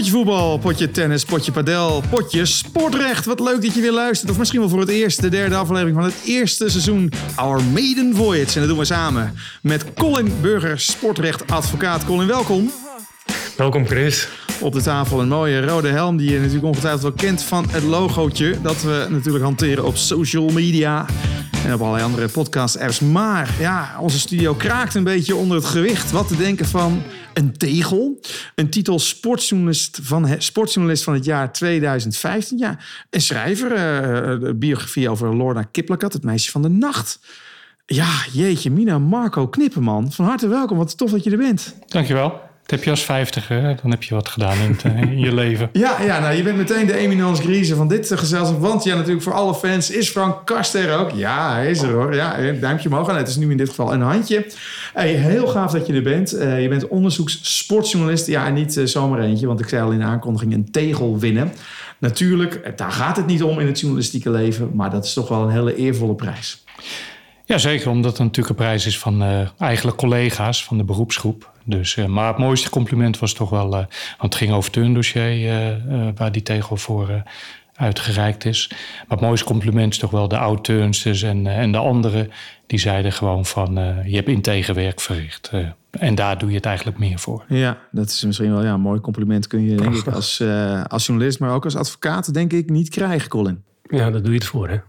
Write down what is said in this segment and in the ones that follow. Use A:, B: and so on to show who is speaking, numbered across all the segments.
A: Potje voetbal, potje tennis, potje padel, potje sportrecht. Wat leuk dat je weer luistert. Of misschien wel voor het eerst de derde aflevering van het eerste seizoen Our Maiden Voyage. En dat doen we samen met Colin Burger, sportrechtadvocaat. Colin, welkom.
B: Welkom Chris.
A: Op de tafel een mooie rode helm die je natuurlijk ongetwijfeld wel kent van het logootje. Dat we natuurlijk hanteren op social media en op allerlei andere podcast-apps. Maar ja, onze studio kraakt een beetje onder het gewicht. Wat te denken van een tegel. Een titel sportjournalist van het jaar 2015. Ja, een schrijver. De biografie over Lorna Kiplagat, het meisje van de nacht. Ja, jeetje, Mina Marco Knipperman. Van harte welkom, wat tof dat je er bent.
B: Dankjewel. Dat heb je als 50er, dan heb je wat gedaan in je leven.
A: Ja, nou, je bent meteen de eminence grise van dit gezelschap. Want ja, natuurlijk voor alle fans is Frank Karst er ook. Ja, hij is er hoor. Ja, een duimpje omhoog. En het is nu in dit geval een handje. Heel gaaf dat je er bent. Je bent onderzoekssportjournalist. Ja, en niet zomaar eentje. Want ik zei al in de aankondiging een tegel winnen. Natuurlijk, daar gaat het niet om in het journalistieke leven. Maar dat is toch wel een hele eervolle prijs.
B: Ja, zeker. Omdat het natuurlijk een prijs is van eigenlijk collega's van de beroepsgroep. Dus, maar het mooiste compliment was toch wel, want het ging over het turndossier waar die tegel voor uitgereikt is. Maar het mooiste compliment is toch wel de oud-turnsters en de anderen. Die zeiden gewoon van, je hebt integer werk verricht. En daar doe je het eigenlijk meer voor. Ja, dat is misschien wel een mooi compliment kun je denk ik als journalist, maar ook als advocaat denk ik niet krijgen, Colin.
C: Ja, daar doe je het voor, hè?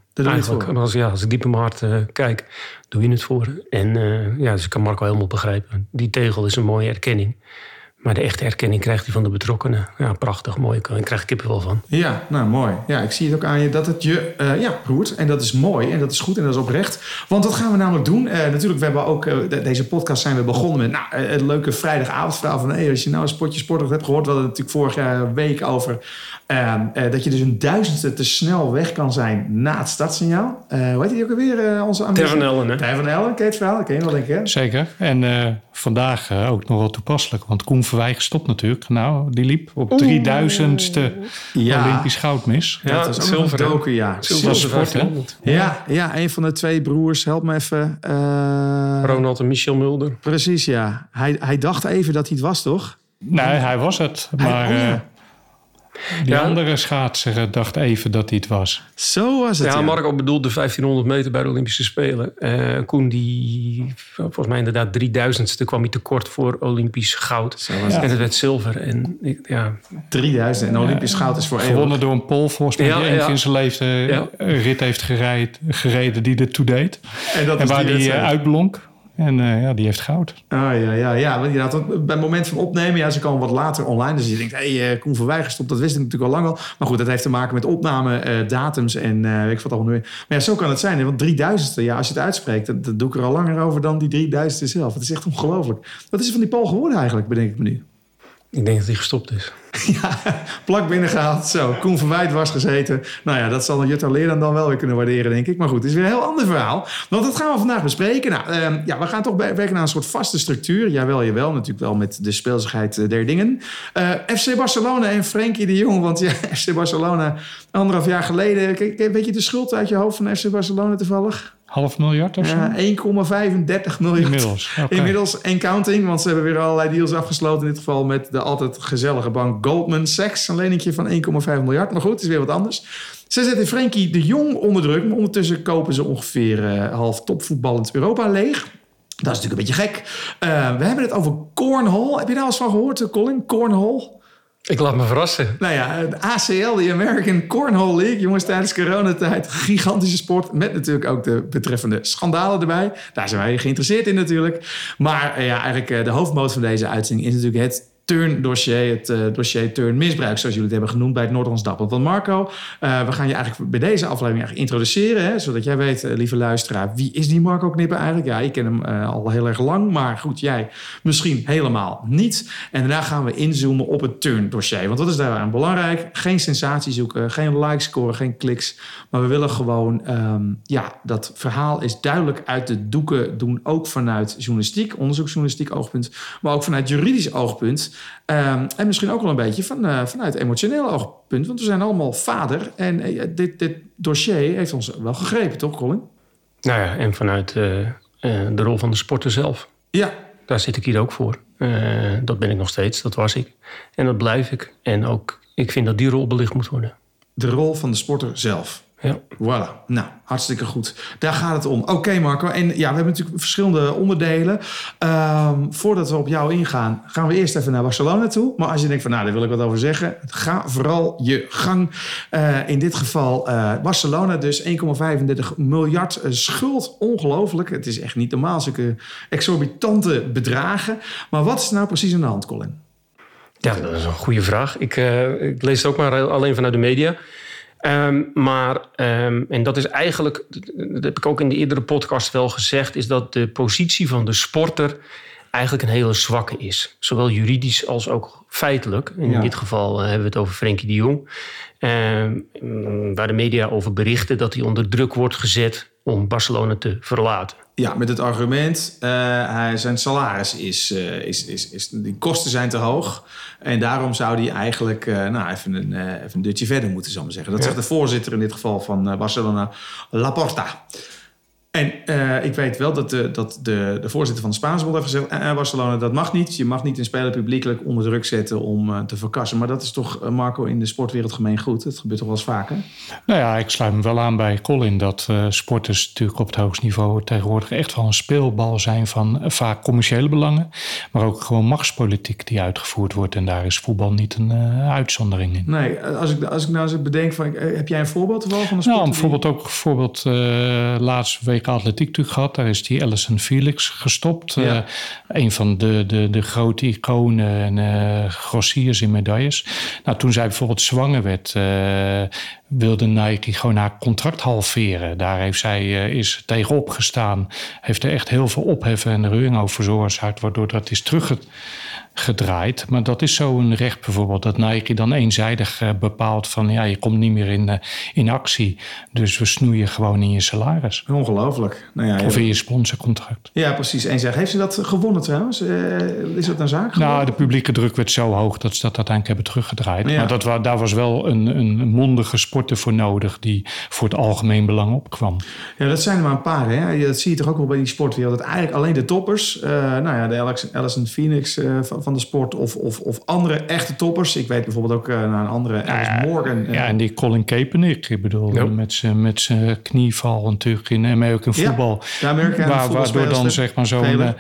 C: Als ik diep in mijn hart kijk, doe je het voor. En dus ik kan Marco helemaal begrijpen. Die tegel is een mooie erkenning. Maar de echte erkenning krijgt hij van de betrokkenen. Ja, prachtig, mooi. Ik krijg kippenvel van.
A: Ja, nou mooi. Ja, ik zie het ook aan je dat het je roert. En dat is mooi en dat is goed en dat is oprecht. Want dat gaan we namelijk doen. Natuurlijk, we hebben ook deze podcast zijn we begonnen met het leuke vrijdagavondverhaal van als je nou een potje sportig hebt gehoord. We hadden het natuurlijk vorige week over dat je dus 1/1000ste te snel weg kan zijn na het startsignaal. Hoe heet die ook alweer? Onze
C: Ter van Ellen, hè?
A: Ter van Ellen, ken je het verhaal? Dat ken je wel, denk ik, hè?
B: Zeker. En vandaag ook nog wel toepasselijk. Want Koen Verwij gestopt natuurlijk. Nou, die liep op 3000ste Olympisch goud mis.
A: Ja, dat is ook een doken, ja.
B: Zilver, hè?
A: Ja, een van de twee broers. Help me even.
C: Ronald en Michel Mulder.
A: Precies, ja. Hij dacht even dat hij het was, toch?
B: Nee, hij was het. Maar die andere schaatser dacht even dat hij het was.
A: Zo was het,
C: ja. Marco bedoelde de 1500 meter bij de Olympische Spelen. Koen, die volgens mij inderdaad 3000ste kwam hij tekort voor Olympisch goud. En het werd zilver. En
A: 3000 en Olympisch goud is voor
B: gewonnen door een Pool, volgens mij. Die in zijn leven een rit heeft gereden die ertoe deed. En waar die uitblonk. En die heeft goud.
A: Ja. Want inderdaad, bij het moment van opnemen, ze komen wat later online. Dus je denkt, Koen Verwij gestopt, dat wist ik natuurlijk al lang al. Maar goed, dat heeft te maken met opname, datums en weet ik wat allemaal nu. Maar ja, zo kan het zijn. Hè? Want 3000ste, als je het uitspreekt, dat doe ik er al langer over dan die 3000ste zelf. Het is echt ongelooflijk. Wat is er van die Pool geworden eigenlijk, bedenk ik me nu?
C: Ik denk dat hij gestopt is.
A: Ja, plak binnengehaald. Zo, Koen Verwij was gezeten. Nou ja, dat zal een Jutta Leerdam dan wel weer kunnen waarderen, denk ik. Maar goed, het is weer een heel ander verhaal. Want dat gaan we vandaag bespreken. Nou, we gaan toch werken naar een soort vaste structuur. Jawel, natuurlijk wel met de speelsigheid der dingen. FC Barcelona en Frenkie de Jong. Want FC Barcelona, 1,5 jaar geleden. Weet je de schuld uit je hoofd van FC Barcelona toevallig?
B: 500.000 of zo?
A: 1,35 miljard.
B: Inmiddels
A: en counting, want ze hebben weer allerlei deals afgesloten. In dit geval met de altijd gezellige bank Goldman Sachs. Een leningje van 1,5 miljard. Maar goed, het is weer wat anders. Ze zetten Frenkie de Jong onder druk. Maar ondertussen kopen ze ongeveer half topvoetballend Europa leeg. Dat is natuurlijk een beetje gek. We hebben het over cornhole. Heb je daar eens van gehoord, Colin? Cornhole?
C: Ik laat me verrassen.
A: Nou ja, de ACL, de American Cornhole League. Jongens, tijdens coronatijd gigantische sport. Met natuurlijk ook de betreffende schandalen erbij. Daar zijn wij geïnteresseerd in natuurlijk. Maar eigenlijk de hoofdmoot van deze uitzending is natuurlijk het turndossier, het dossier turnmisbruik, zoals jullie het hebben genoemd bij het Noord-Hollands Dagblad. Want Marco, we gaan je eigenlijk bij deze aflevering eigenlijk introduceren, hè, zodat jij weet, lieve luisteraar, wie is die Marco Knipper eigenlijk? Ja, ik ken hem al heel erg lang, maar goed, jij misschien helemaal niet. En daarna gaan we inzoomen op het turndossier. Want wat is daar belangrijk? Geen sensatie zoeken, geen likes scoren, geen kliks. Maar we willen gewoon, dat verhaal is duidelijk uit de doeken doen, ook vanuit journalistiek, onderzoeksjournalistiek oogpunt, maar ook vanuit juridisch oogpunt. En misschien ook wel een beetje vanuit emotioneel oogpunt. Want we zijn allemaal vader. En dit dossier heeft ons wel gegrepen, toch, Colin?
C: Nou ja, en vanuit de rol van de sporter zelf.
A: Ja.
C: Daar zit ik hier ook voor. Dat ben ik nog steeds, dat was ik. En dat blijf ik. En ook, ik vind dat die rol belicht moet worden.
A: De rol van de sporter zelf.
C: Ja.
A: Voilà, nou, hartstikke goed. Daar gaat het om. Oké, Marco. En ja, we hebben natuurlijk verschillende onderdelen. Voordat we op jou ingaan, gaan we eerst even naar Barcelona toe. Maar als je denkt van, nou, daar wil ik wat over zeggen. Ga vooral je gang. In dit geval Barcelona dus 1,35 miljard schuld. Ongelooflijk. Het is echt niet normaal, zulke exorbitante bedragen. Maar wat is nou precies aan de hand, Colin?
C: Ja, dat is een goede vraag. Ik lees het ook maar alleen vanuit de media. En dat is eigenlijk, dat heb ik ook in de eerdere podcast wel gezegd, is dat de positie van de sporter eigenlijk een hele zwakke is. Zowel juridisch als ook feitelijk. In dit geval hebben we het over Frenkie de Jong. Waar de media over berichten dat hij onder druk wordt gezet om Barcelona te verlaten.
A: Ja, met het argument, zijn salaris die kosten zijn te hoog. En daarom zou hij eigenlijk even een dutje verder moeten, zal ik maar zeggen. Dat zegt de voorzitter in dit geval van Barcelona, Laporta. En ik weet wel dat de voorzitter van de Spaanse bond heeft gezegd, Barcelona, dat mag niet. Je mag niet een speler publiekelijk onder druk zetten om te verkassen. Maar dat is toch, Marco, in de sportwereld gemeen goed. Dat gebeurt toch wel eens vaker?
B: Nou ja, ik sluit me wel aan bij Colin dat sporters natuurlijk op het hoogste niveau tegenwoordig echt wel een speelbal zijn van vaak commerciële belangen. Maar ook gewoon machtspolitiek die uitgevoerd wordt. En daar is voetbal niet een uitzondering in.
A: Nee, als ik nou eens bedenk, heb jij een voorbeeld van een sport?
B: Laatste week atletiek natuurlijk gehad. Daar is die Allyson Felix gestopt. Ja. Een van de grote iconen en grossiers in medailles. Nou, toen zij bijvoorbeeld zwanger werd, wilde Nike gewoon haar contract halveren. Daar heeft zij is tegenop gestaan. Heeft er echt heel veel opheffen en reuring over veroorzaakt, waardoor dat is teruggedraaid. Maar dat is zo'n recht bijvoorbeeld, dat Nike dan eenzijdig bepaalt van ja, je komt niet meer in actie. Dus we snoeien gewoon in je salaris.
A: Ongelooflijk. Nou ja,
B: of in je sponsorcontract.
A: Ja, precies. Eenzijdig. Heeft ze dat gewonnen trouwens? Is dat een zaak geworden?
B: Nou, de publieke druk werd zo hoog dat ze dat uiteindelijk hebben teruggedraaid. Ja. Maar daar was wel een mondige sporter voor nodig die voor het algemeen belang opkwam.
A: Ja, dat zijn er maar een paar. Hè? Dat zie je toch ook wel bij die sportwereld. Dat eigenlijk alleen de toppers, de Allyson Felix van de sport of andere echte toppers. Ik weet bijvoorbeeld ook naar een andere, Alice Morgan.
B: Ja, en die Colin Kaepernick, ik bedoel, met zijn knieval natuurlijk in American voetbal. Waardoor dan zeg maar zo'n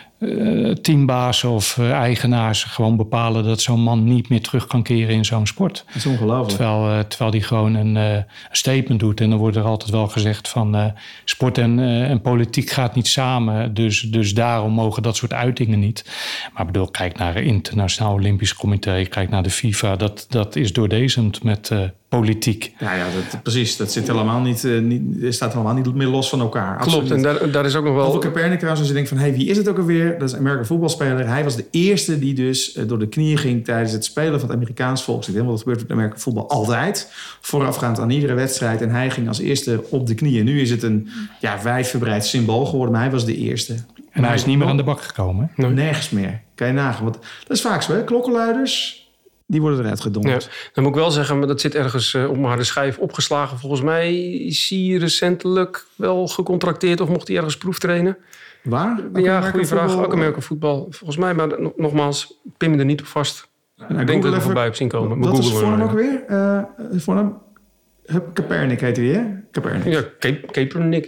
B: teambaas of eigenaars gewoon bepalen dat zo'n man niet meer terug kan keren in zo'n sport.
A: Dat is ongelooflijk.
B: Terwijl die gewoon een statement doet. En dan wordt er altijd wel gezegd van sport en politiek gaat niet samen. Dus daarom mogen dat soort uitingen niet. Maar bedoel, kijk naar het Internationaal Olympisch Comité. Kijk naar de FIFA. Dat is doordezemd met politiek.
A: Ja, precies. Dat zit helemaal niet, staat helemaal niet meer los van elkaar.
C: Klopt, absoluut. En daar is ook nog wel...
A: Over Kaepernick trouwens, als je denkt van, wie is het ook alweer? Dat is een Amerikaanse voetbalspeler. Hij was de eerste die dus door de knieën ging tijdens het spelen van het Amerikaans volkslied. Want dat gebeurt met Amerikaanse voetbal altijd. Voorafgaand aan iedere wedstrijd. En hij ging als eerste op de knieën. Nu is het een wijdverbreid symbool geworden, maar hij was de eerste.
B: En hij is niet meer aan de bak gekomen.
A: Hè? Nergens meer. Kan je nagaan. Want dat is vaak zo, hè? Klokkenluiders, die worden eruit gedonderd.
C: Ja, dan moet ik wel zeggen, maar dat zit ergens op mijn harde schijf opgeslagen. Volgens mij is hij recentelijk wel gecontracteerd of mocht hij ergens proeftrainen.
A: Waar?
C: Ja, goede vraag. Ook American voetbal. Volgens mij, maar nogmaals, pin me er niet op vast. Ik denk dat ik er voorbij heb zien komen.
A: Wat is voor hem ook weer? Voor hem? Kaepernick heet hij, hè?
C: Kaepernick. Ja, Kaepernick.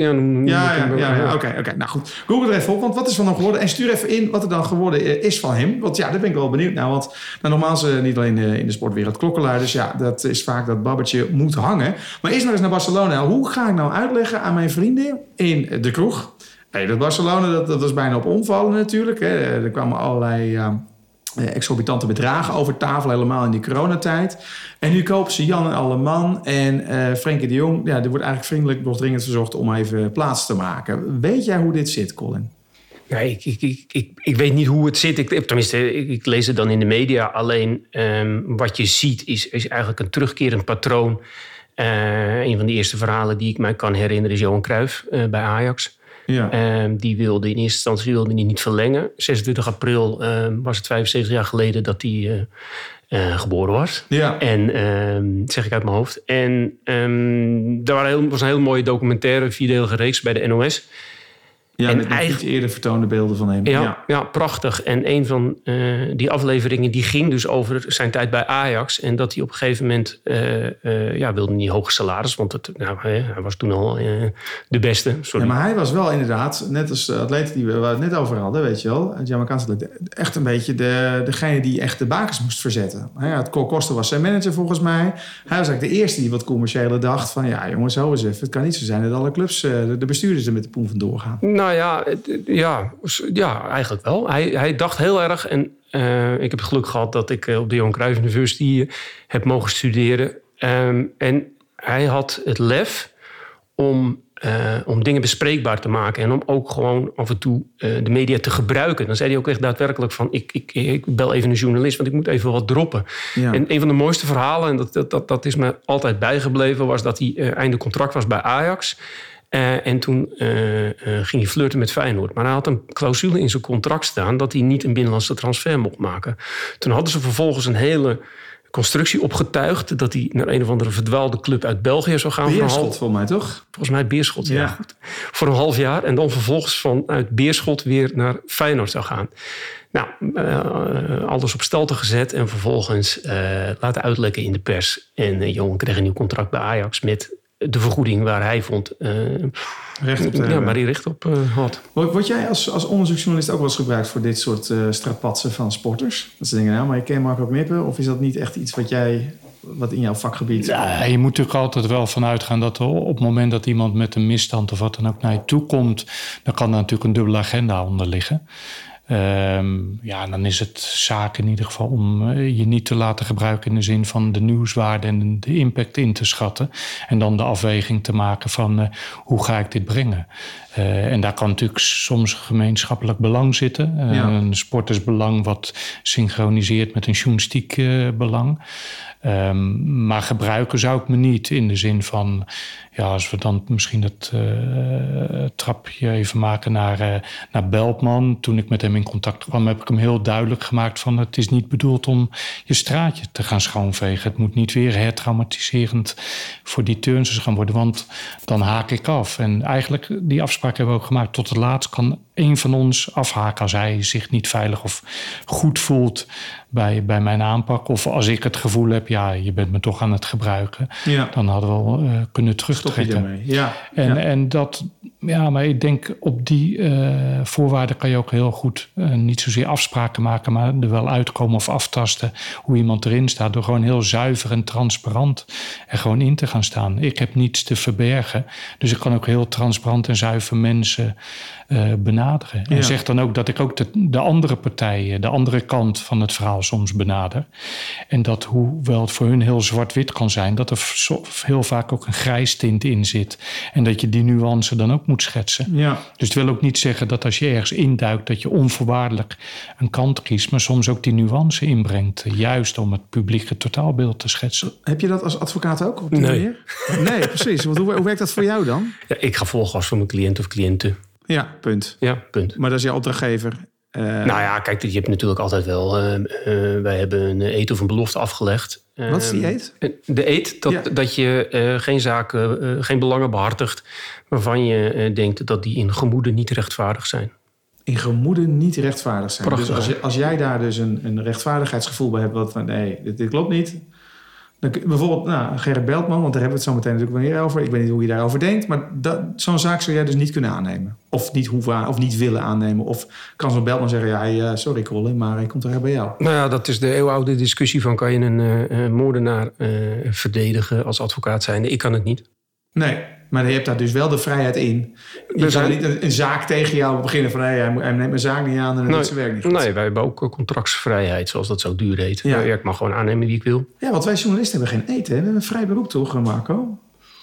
A: Oké. Nou goed, Google er even op, want wat is van hem geworden? En stuur even in wat er dan geworden is van hem. Want daar ben ik wel benieuwd naar. Want normaal niet alleen in de sportwereld klokkenluiders. Ja, dat is vaak dat babbertje moet hangen. Maar eerst maar eens naar Barcelona. Hoe ga ik nou uitleggen aan mijn vrienden in de kroeg? Dat Barcelona, dat was bijna op omvallen natuurlijk. Hè. Er kwamen allerlei exorbitante bedragen over tafel, helemaal in die coronatijd. En nu kopen ze Jan en Alleman en Frenkie de Jong. Ja, er wordt eigenlijk vriendelijk nog dringend verzocht om even plaats te maken. Weet jij hoe dit zit, Colin?
C: Ja, ik weet niet hoe het zit. Ik lees het dan in de media. Alleen wat je ziet is eigenlijk een terugkerend patroon. Een van de eerste verhalen die ik mij kan herinneren is Johan Cruijff bij Ajax. Ja. Die wilde in eerste instantie niet verlengen. 26 april was het 75 jaar geleden dat hij geboren was. Ja. En zeg ik uit mijn hoofd. En was een heel mooie documentaire, 4-delige reeks bij de NOS.
A: Ja, en met iets eerder vertoonde beelden van hem.
C: Ja, prachtig. En een van die afleveringen die ging dus over zijn tijd bij Ajax. En dat hij op een gegeven moment wilde niet hoge salaris. Want hij was toen al de beste. Sorry.
A: Ja, maar hij was wel inderdaad, net als de atleten die we het net over hadden, weet je wel. Het Jamaicaanse atleet, echt een beetje degene die echt de bakens moest verzetten. Cor Koster was zijn manager volgens mij. Hij was eigenlijk de eerste die wat commerciële dacht van... ja jongens, zo eens even. Het kan niet zo zijn dat alle clubs, de bestuurders er met de poen vandoor gaan.
C: Nou ja, eigenlijk wel. Hij dacht heel erg... en ik heb het geluk gehad dat ik op de Johan Cruijff University heb mogen studeren. En hij had het lef om dingen bespreekbaar te maken... en om ook gewoon af en toe de media te gebruiken. Dan zei hij ook echt daadwerkelijk van... ik bel even een journalist, want ik moet even wat droppen. Ja. En een van de mooiste verhalen, en dat is me altijd bijgebleven... was dat hij einde contract was bij Ajax... en toen ging hij flirten met Feyenoord. Maar hij had een clausule in zijn contract staan... dat hij niet een binnenlandse transfer mocht maken. Toen hadden ze vervolgens een hele constructie opgetuigd... dat hij naar een of andere verdwaalde club uit België zou gaan.
A: Beerschot, volgens mij toch?
C: Volgens mij Beerschot, ja. Goed. Voor een half jaar. En dan vervolgens vanuit Beerschot weer naar Feyenoord zou gaan. Nou, alles op stelte gezet... en vervolgens laten uitlekken in de pers. En Johan kreeg een nieuw contract bij Ajax... met de vergoeding waar hij vond
A: recht op
C: waar hij recht op had.
A: Word jij als onderzoeksjournalist ook wel eens gebruikt voor dit soort strapatsen van sporters? Dat ze denken, nou, maar je ken Marco Mippen, of is dat niet echt iets wat in jouw vakgebied...
B: Ja, je moet natuurlijk altijd wel vanuit gaan dat op het moment dat iemand met een misstand of wat dan ook naar je toe komt, dan kan daar natuurlijk een dubbele agenda onder liggen. Dan is het zaak in ieder geval om je niet te laten gebruiken in de zin van de nieuwswaarde en de impact in te schatten. En dan de afweging te maken van hoe ga ik dit brengen. En daar kan natuurlijk soms gemeenschappelijk belang zitten. Een sportersbelang wat synchroniseert met een journalistiek belang. Maar gebruiken zou ik me niet in de zin van... als we dan misschien het trapje even maken naar Beltman. Toen ik met hem in contact kwam, heb ik hem heel duidelijk gemaakt van... het is niet bedoeld om je straatje te gaan schoonvegen. Het moet niet weer hertraumatiserend voor die turnsters gaan worden. Want dan haak ik af. En eigenlijk, die afspraak hebben we ook gemaakt. Tot het laatst kan één van ons afhaken als hij zich niet veilig of goed voelt bij mijn aanpak. Of als ik het gevoel heb, je bent me toch aan het gebruiken. Ja. Dan hadden we wel kunnen terugtrekken. En dat, maar ik denk op die voorwaarden kan je ook heel goed niet zozeer afspraken maken, maar er wel uitkomen of aftasten hoe iemand erin staat. Door gewoon heel zuiver en transparant er gewoon in te gaan staan. Ik heb niets te verbergen. Dus ik kan ook heel transparant en zuiver mensen benaderen. En zeg dan ook dat ik ook de andere partijen, de andere kant van het verhaal soms benader. En dat hoewel het voor hun heel zwart-wit kan zijn, dat er heel vaak ook een grijs tint in zit. En dat je die nuance dan ook moet schetsen. Ja. Dus het wil ook niet zeggen dat als je ergens induikt, dat je onvoorwaardelijk een kant kiest, maar soms ook die nuance inbrengt. Juist om het publieke totaalbeeld te schetsen.
A: Heb je dat als advocaat ook op die manier? Nee, precies. Want hoe werkt dat voor jou dan?
C: Ja, ik ga volgas voor mijn cliënt of cliënten.
A: Ja, punt. Maar dat is je opdrachtgever.
C: Kijk, je hebt natuurlijk altijd wel... wij hebben een eed of een belofte afgelegd.
A: Wat is die eed?
C: De eed dat je geen belangen behartigt waarvan je denkt dat die in gemoede niet rechtvaardig zijn.
A: In gemoede niet rechtvaardig zijn.
C: Prachtig.
A: Dus als jij daar dus een rechtvaardigheidsgevoel bij hebt, wat van nee, dit klopt niet. Dan, bijvoorbeeld Gerrit Beltman, want daar hebben we het zo meteen natuurlijk wel meer over. Ik weet niet hoe je daarover denkt, maar zo'n zaak zou jij dus niet kunnen aannemen. Of niet hoeven, of niet willen aannemen. Of kan zo'n Beltman zeggen, sorry Colin, maar hij komt er bij jou.
C: Nou ja, dat is de eeuwenoude discussie van kan je een moordenaar verdedigen als advocaat zijnde. Ik kan het niet.
A: Nee, maar je hebt daar dus wel de vrijheid in. Je kan niet een zaak tegen jou beginnen van hij neemt mijn zaak niet aan en doet zijn werk niet goed.
C: Nee, wij hebben ook contractsvrijheid, zoals dat zo duur heet. Ja. Ik mag gewoon aannemen wie ik wil.
A: Ja, want wij journalisten hebben geen eet, hè? We hebben een vrij beroep, toch, Marco?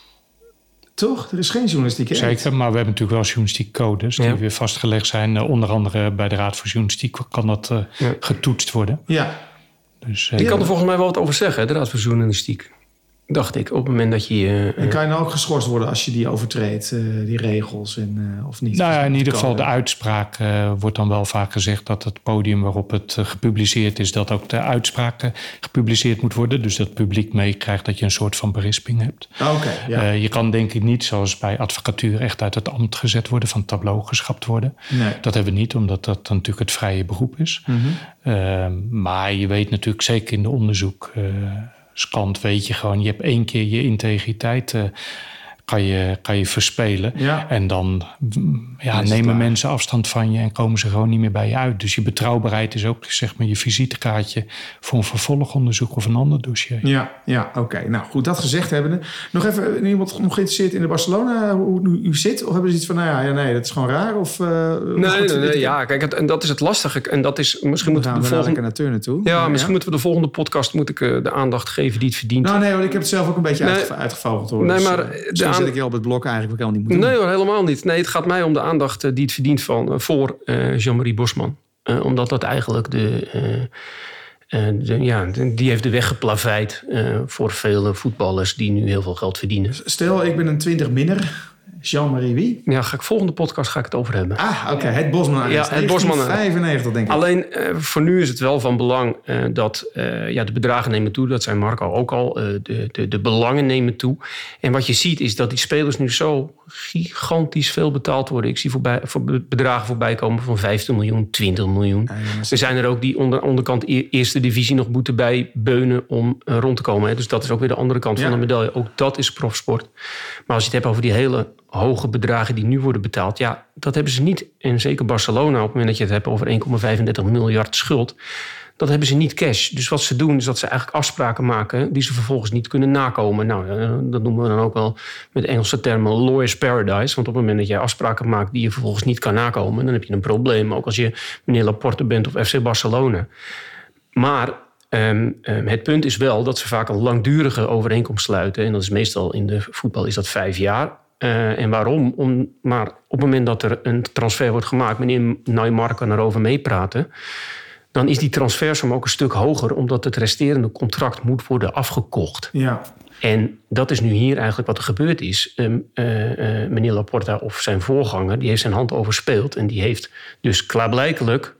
A: Toch? Er is geen journalistieke eet.
B: Zeker, maar we hebben natuurlijk wel journalistieke codes die weer vastgelegd zijn. Onder andere bij de Raad voor Journalistiek kan dat getoetst worden.
A: Ja.
C: Dus, je kan er volgens mij wel wat over zeggen, de Raad voor Journalistiek. dacht ik. Op het moment dat je...
A: en kan je nou ook geschorst worden als je die overtreedt, die regels, of niet?
B: Nou ja, in ieder geval de uitspraak wordt dan wel vaak gezegd dat het podium waarop het gepubliceerd is, dat ook de uitspraak gepubliceerd moet worden. Dus dat het publiek meekrijgt dat je een soort van berisping hebt.
A: Okay,
B: je kan denk ik niet, zoals bij advocatuur, echt uit het ambt gezet worden, van het tableau geschrapt worden.
A: Nee.
B: Dat hebben we niet, omdat dat natuurlijk het vrije beroep is. Maar je weet natuurlijk zeker in de onderzoek... Kant weet je gewoon, je hebt 1 keer je integriteit kan je verspelen. Ja. En dan nemen mensen afstand van je en komen ze gewoon niet meer bij je uit. Dus je betrouwbaarheid is ook zeg maar je visitekaartje voor een vervolgonderzoek of een ander dossier.
A: Ja, oké. Nou goed, dat gezegd hebbende. Nog even, iemand nog geïnteresseerd in de Barcelona, hoe u zit? Of hebben ze iets van, nee, dat is gewoon raar? Of,
C: nee, ja, kijk, en dat is het lastige. En dat is, misschien moeten we de volgende...
A: naar Turner toe.
C: Ja, misschien moeten we de volgende podcast de aandacht geven die het verdient.
A: Nou nee, want ik heb het zelf ook een beetje uitgevogeld hoor.
C: Nee,
A: dus,
C: maar...
A: zit ik hier op het blok eigenlijk ook helemaal niet moeten doen.
C: Nee hoor, helemaal niet. Nee, het gaat mij om de aandacht die het verdient voor Jean-Marie Bosman. Omdat dat eigenlijk die heeft de weg geplaveid voor vele voetballers die nu heel veel geld verdienen.
A: Stel, ik ben een 20-minner. Jean-Marie wie?
C: Ja, volgende podcast ga ik het over hebben.
A: Oké. Het Bosman.
C: Ja, het Bosman.
A: 95 denk ik.
C: Alleen voor nu is het wel van belang dat de bedragen nemen toe. Dat zei Marco ook al. De belangen nemen toe. En wat je ziet is dat die spelers nu zo gigantisch veel betaald worden. Ik zie bedragen voorbij komen van 15 miljoen, 20 miljoen. Er zijn er ook die onderkant eerste divisie nog moeten bijbeunen om rond te komen. Hè. Dus dat is ook weer de andere kant van de medaille. Ook dat is profsport. Maar als je het hebt over die hele hoge bedragen die nu worden betaald... ja, dat hebben ze niet. En zeker Barcelona, op het moment dat je het hebt over 1,35 miljard schuld... dat hebben ze niet cash. Dus wat ze doen is dat ze eigenlijk afspraken maken... die ze vervolgens niet kunnen nakomen. Nou, dat noemen we dan ook wel met Engelse termen lawyer's paradise. Want op het moment dat jij afspraken maakt... die je vervolgens niet kan nakomen... dan heb je een probleem. Ook als je meneer Laporte bent of FC Barcelona. Maar... het punt is wel dat ze vaak een langdurige overeenkomst sluiten. En dat is meestal in de voetbal is dat 5 jaar... en waarom? Maar op het moment dat er een transfer wordt gemaakt... meneer Neymar kan erover meepraten... dan is die transfersom ook een stuk hoger... omdat het resterende contract moet worden afgekocht.
A: Ja.
C: En dat is nu hier eigenlijk wat er gebeurd is. Meneer Laporta of zijn voorganger... die heeft zijn hand overspeeld... en die heeft dus klaarblijkelijk...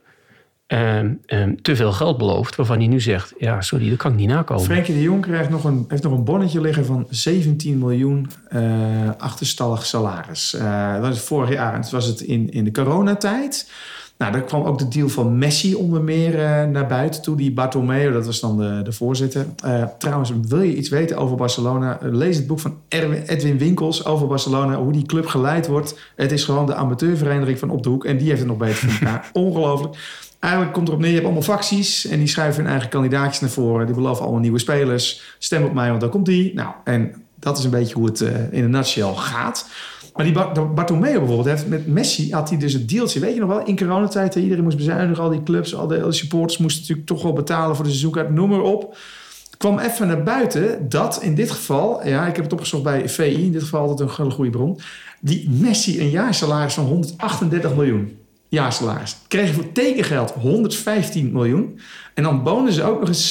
C: te veel geld beloofd, waarvan hij nu zegt... ja, sorry, dat kan ik niet nakomen.
A: Frenkie de Jong heeft nog een bonnetje liggen van 17 miljoen achterstallig salaris. Dat is vorig jaar, en toen was het in de coronatijd. Nou, daar kwam ook de deal van Messi onder meer naar buiten toe. Die Bartomeu, dat was dan de voorzitter. Trouwens, wil je iets weten over Barcelona? Lees het boek van Edwin Winkels over Barcelona. Hoe die club geleid wordt. Het is gewoon de amateurvereniging van op de hoek. En die heeft het nog beter voor elkaar. Ongelooflijk. Eigenlijk komt erop neer, je hebt allemaal facties... en die schuiven hun eigen kandidaatjes naar voren. Die beloven allemaal nieuwe spelers. Stem op mij, want dan komt die. Nou, en dat is een beetje hoe het in een nutshell gaat. Maar die Bartomeu bijvoorbeeld, heeft met Messi had hij dus het dealtje. Weet je nog wel, in coronatijd, iedereen moest bezuinigen. Al die clubs, al de supporters moesten natuurlijk toch wel betalen... voor de seizoenkaart, noem maar op. Het kwam even naar buiten dat in dit geval... ja, ik heb het opgezocht bij VI, in dit geval altijd een hele goede bron... die Messi een jaarsalaris van 138 miljoen... jaarsalaris. Kregen voor tekengeld 115 miljoen. En dan bonussen ook nog eens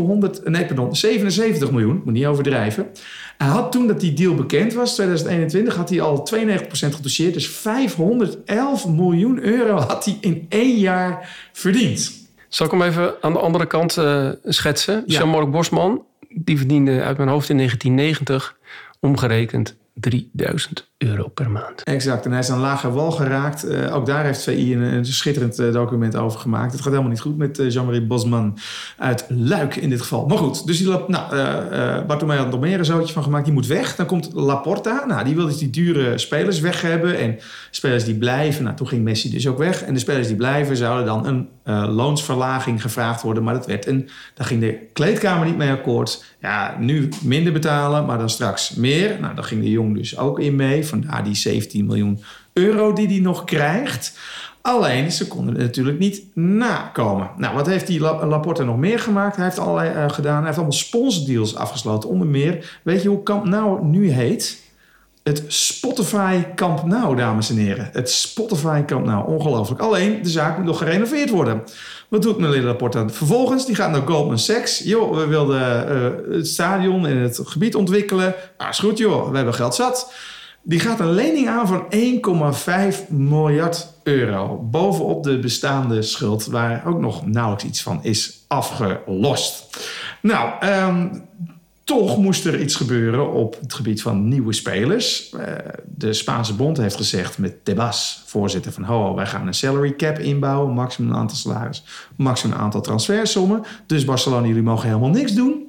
A: 77 miljoen. Moet niet overdrijven. Hij had toen dat die deal bekend was, 2021, had hij al 92% gedoseerd. Dus 511 miljoen euro had hij in 1 jaar verdiend.
C: Zal ik hem even aan de andere kant schetsen? Ja. Jean-Marc Bosman, die verdiende uit mijn hoofd in 1990 omgerekend 3000 euro per maand.
A: Exact, en hij is aan lage wal geraakt. Ook daar heeft VI een schitterend document over gemaakt. Het gaat helemaal niet goed met Jean-Marie Bosman uit Luik in dit geval. Maar goed, dus Bartomeu had er nog meer een zootje van gemaakt. Die moet weg. Dan komt Laporta. Nou, die wil dus die dure spelers weg hebben. En spelers die blijven, nou, toen ging Messi dus ook weg. En de spelers die blijven zouden dan een loonsverlaging gevraagd worden. Maar dat werd daar ging de kleedkamer niet mee akkoord. Ja, nu minder betalen, maar dan straks meer. Nou, daar ging de Jong dus ook in mee. Vandaar die 17 miljoen euro die hij nog krijgt. Alleen, ze konden het natuurlijk niet nakomen. Nou, wat heeft die Laporta nog meer gemaakt? Hij heeft allerlei gedaan. Hij heeft allemaal sponsordeals afgesloten. Onder meer, weet je hoe Camp Nou nu heet? Het Spotify Camp Nou, dames en heren. Het Spotify Camp Nou, ongelooflijk. Alleen, de zaak moet nog gerenoveerd worden. Wat doet meneer Laporta vervolgens? Die gaat naar Goldman Sachs. Joh, we wilden het stadion en het gebied ontwikkelen. Is goed joh, we hebben geld zat. Die gaat een lening aan van 1,5 miljard euro. Bovenop de bestaande schuld, waar ook nog nauwelijks iets van is afgelost. Nou, toch moest er iets gebeuren op het gebied van nieuwe spelers. De Spaanse bond heeft gezegd met Tebas, voorzitter van wij gaan een salary cap inbouwen. Maximum aantal salaris, maximum aantal transfersommen. Dus Barcelona, jullie mogen helemaal niks doen.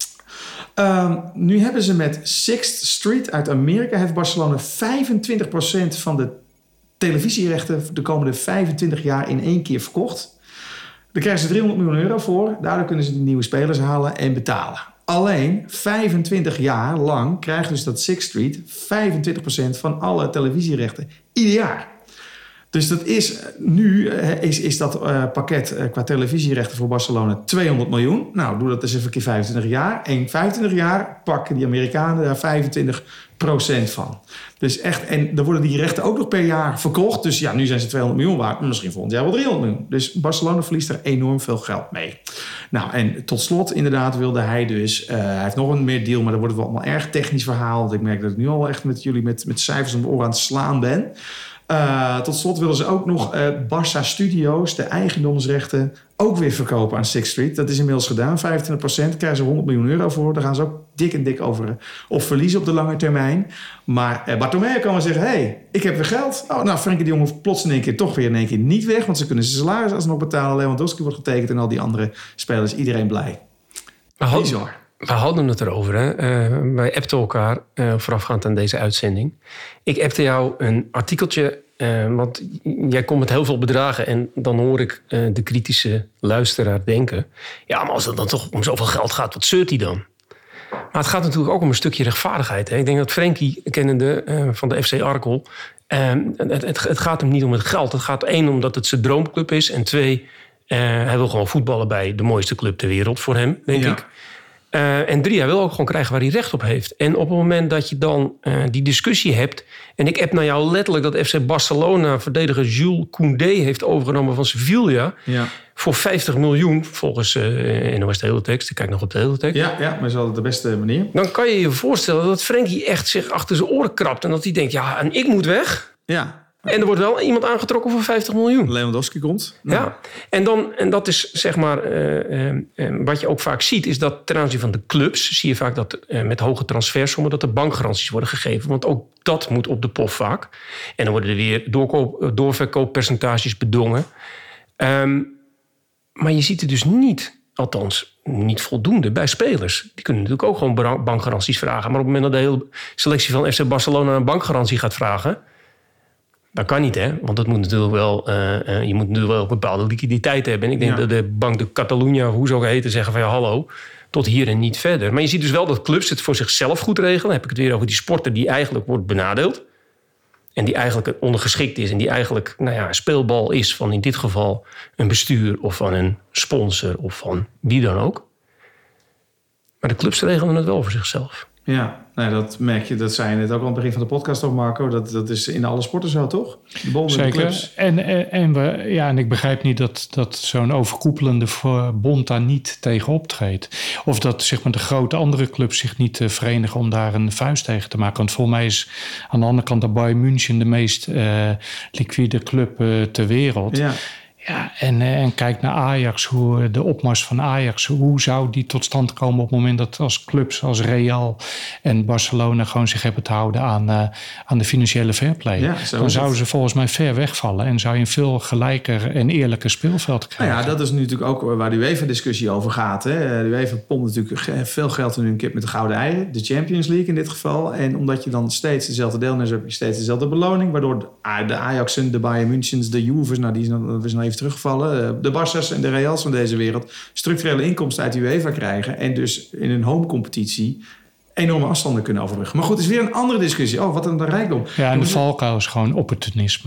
A: Nu hebben ze met Sixth Street uit Amerika... heeft Barcelona 25% van de televisierechten... de komende 25 jaar in één keer verkocht. Daar krijgen ze 300 miljoen euro voor. Daardoor kunnen ze die nieuwe spelers halen en betalen. Alleen 25 jaar lang krijgt dus dat Sixth Street 25% van alle televisierechten ieder jaar. Dus dat is nu is dat pakket qua televisierechten voor Barcelona 200 miljoen. Nou, doe dat eens even keer 25 jaar. En 25 jaar pakken die Amerikanen daar 25% van. Dus echt, en dan worden die rechten ook nog per jaar verkocht. Dus ja, nu zijn ze 200 miljoen waard. Misschien volgend jaar wel 300 miljoen. Dus Barcelona verliest er enorm veel geld mee. Nou, en tot slot inderdaad wilde hij dus... hij heeft nog een meer deal, maar dan wordt het wel allemaal erg technisch verhaal. Want ik merk dat ik nu al echt met jullie met cijfers om de oren aan het slaan ben. Tot slot willen ze ook nog Barça Studios, de eigendomsrechten, ook weer verkopen aan Sixth Street. Dat is inmiddels gedaan. 25% krijgen ze 100 miljoen euro voor. Daar gaan ze ook dik en dik over op verliezen op de lange termijn. Maar Bartomeu kan wel zeggen, hey, ik heb weer geld. Oh, nou, Frenkie de Jong plots in één keer niet weg, want ze kunnen zijn salaris alsnog betalen. Lewandowski wordt getekend en al die andere spelers. Iedereen blij. Bizar.
C: We hadden het erover. Hè? Wij appten elkaar voorafgaand aan deze uitzending. Ik appte jou een artikeltje, want jij komt met heel veel bedragen. En dan hoor ik de kritische luisteraar denken... ja, maar als het dan toch om zoveel geld gaat, wat zeurt hij dan? Maar het gaat natuurlijk ook om een stukje rechtvaardigheid. Hè? Ik denk dat Frenkie, kennende van de FC Arkel... het gaat hem niet om het geld. Het gaat 1 omdat het zijn droomclub is. En 2, hij wil gewoon voetballen bij de mooiste club ter wereld voor hem, denk ik. En 3, hij wil ook gewoon krijgen waar hij recht op heeft. En op het moment dat je dan die discussie hebt... en ik app naar jou letterlijk dat FC Barcelona... verdediger Jules Koundé heeft overgenomen van Sevilla... Ja. Voor 50 miljoen, volgens NOS de hele tekst. Ik kijk nog op de hele tekst.
A: Ja, maar dat is altijd de beste manier.
C: Dan kan je je voorstellen dat Frenkie echt zich achter zijn oren krabt... en dat hij denkt, ja, en ik moet weg...
A: Ja.
C: En er wordt wel iemand aangetrokken voor 50 miljoen.
A: Lewandowski komt. Nou.
C: Ja, en dat is zeg maar... wat je ook vaak ziet, is dat ten aanzien van de clubs... zie je vaak dat met hoge transfersommen... dat er bankgaranties worden gegeven. Want ook dat moet op de pof vaak. En dan worden er weer doorverkooppercentages bedongen. Maar je ziet het dus niet... althans niet voldoende bij spelers. Die kunnen natuurlijk ook gewoon bankgaranties vragen. Maar op het moment dat de hele selectie van FC Barcelona... een bankgarantie gaat vragen... Dat kan niet, hè? Want dat moet natuurlijk wel, je moet natuurlijk wel een bepaalde liquiditeit hebben. En ik denk dat de Bank de Catalunya, hoe zo geheten, zeggen van... ja, hallo, tot hier en niet verder. Maar je ziet dus wel dat clubs het voor zichzelf goed regelen. Dan heb ik het weer over die sporter die eigenlijk wordt benadeeld. En die eigenlijk ondergeschikt is. En die eigenlijk speelbal is van in dit geval een bestuur... of van een sponsor of van wie dan ook. Maar de clubs regelen het wel voor zichzelf.
A: Ja, dat merk je. Dat zei je net ook al aan het begin van de podcast, toch, Marco? Dat is in alle sporten zo, toch? De bonden,
B: zeker.
A: De clubs.
B: En ik begrijp niet dat zo'n overkoepelende bond daar niet tegen optreedt. Of dat zeg maar, de grote andere clubs zich niet verenigen om daar een vuist tegen te maken. Want volgens mij is aan de andere kant de Bayern München de meest liquide club ter wereld. Ja. Ja, en kijk naar Ajax, hoe de opmars van Ajax... hoe zou die tot stand komen op het moment dat als clubs als Real en Barcelona... gewoon zich hebben te houden aan de financiële fairplay. Ja, dan zouden ze volgens mij ver wegvallen... en zou je een veel gelijker en eerlijker speelveld krijgen.
A: Nou ja, dat is nu natuurlijk ook waar de UEFA-discussie over gaat. Hè. De UEFA pompt natuurlijk veel geld in hun kip met de gouden eieren. De Champions League in dit geval. En omdat je dan steeds dezelfde deelnemers hebt... heb je steeds dezelfde beloning... waardoor de Ajaxen, de Bayern Münchens, de Juves... die zijn even teruggevallen. De Barça's en de Reals van deze wereld structurele inkomsten uit de UEFA krijgen en dus in een home-competitie enorme afstanden kunnen overbruggen. Maar goed, het is weer een andere discussie. Oh, wat een rijkdom.
B: Ja, en de valkuil is gewoon opportunisme.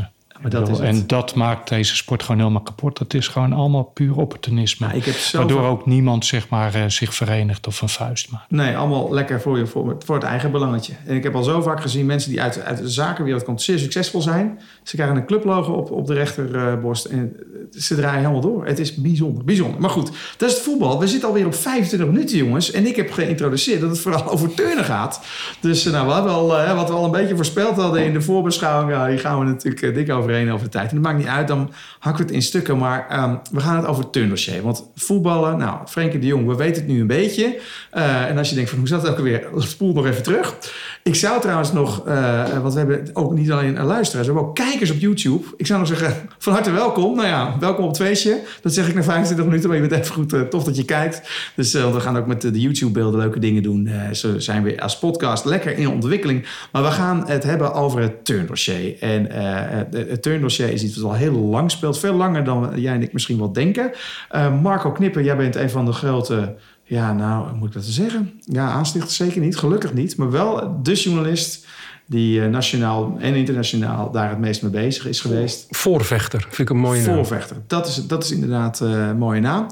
B: En dat maakt deze sport gewoon helemaal kapot. Dat is gewoon allemaal puur opportunisme. Waardoor ook niemand zeg maar, zich verenigt of een vuist maakt.
A: Nee, allemaal lekker voor het eigen belangetje. En ik heb al zo vaak gezien mensen die uit de zakenwereld komt zeer succesvol zijn. Ze krijgen een clublogo op de rechterborst en ze draaien helemaal door. Het is bijzonder, bijzonder. Maar goed, dat is het voetbal. We zitten alweer op 25 minuten, jongens. En ik heb geïntroduceerd dat het vooral over turnen gaat. Dus we hebben al, wat we al een beetje voorspeld hadden in de voorbeschouwing, die gaan we natuurlijk dik overheen over de tijd. En dat maakt niet uit, dan hakken we het in stukken. Maar we gaan het over het turndossier. Want voetballen, Frenkie de Jong, we weten het nu een beetje. En als je denkt van, hoe zat het ook alweer? Spoel nog even terug. Ik zou trouwens nog, want we hebben ook niet alleen luisteraars, we hebben ook kijkers op YouTube. Ik zou nog zeggen, van harte welkom. Welkom op het feestje. Dat zeg ik na 25 minuten, maar je bent even goed tof dat je kijkt. Dus we gaan ook met de YouTube-beelden leuke dingen doen. Zo zijn we als podcast lekker in ontwikkeling. Maar we gaan het hebben over het turndossier. En het turndossier is iets wat al heel lang speelt. Veel langer dan jij en ik misschien wel denken. Marco Knipper, jij bent een van de grote... hoe moet ik dat zeggen? Ja, aanstichters zeker niet. Gelukkig niet. Maar wel de journalist die nationaal en internationaal daar het meest mee bezig is geweest.
C: Voorvechter, vind ik een mooie naam.
A: Voorvechter, dat is inderdaad een mooie naam.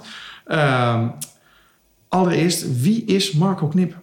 A: Allereerst, wie is Marco Knipper?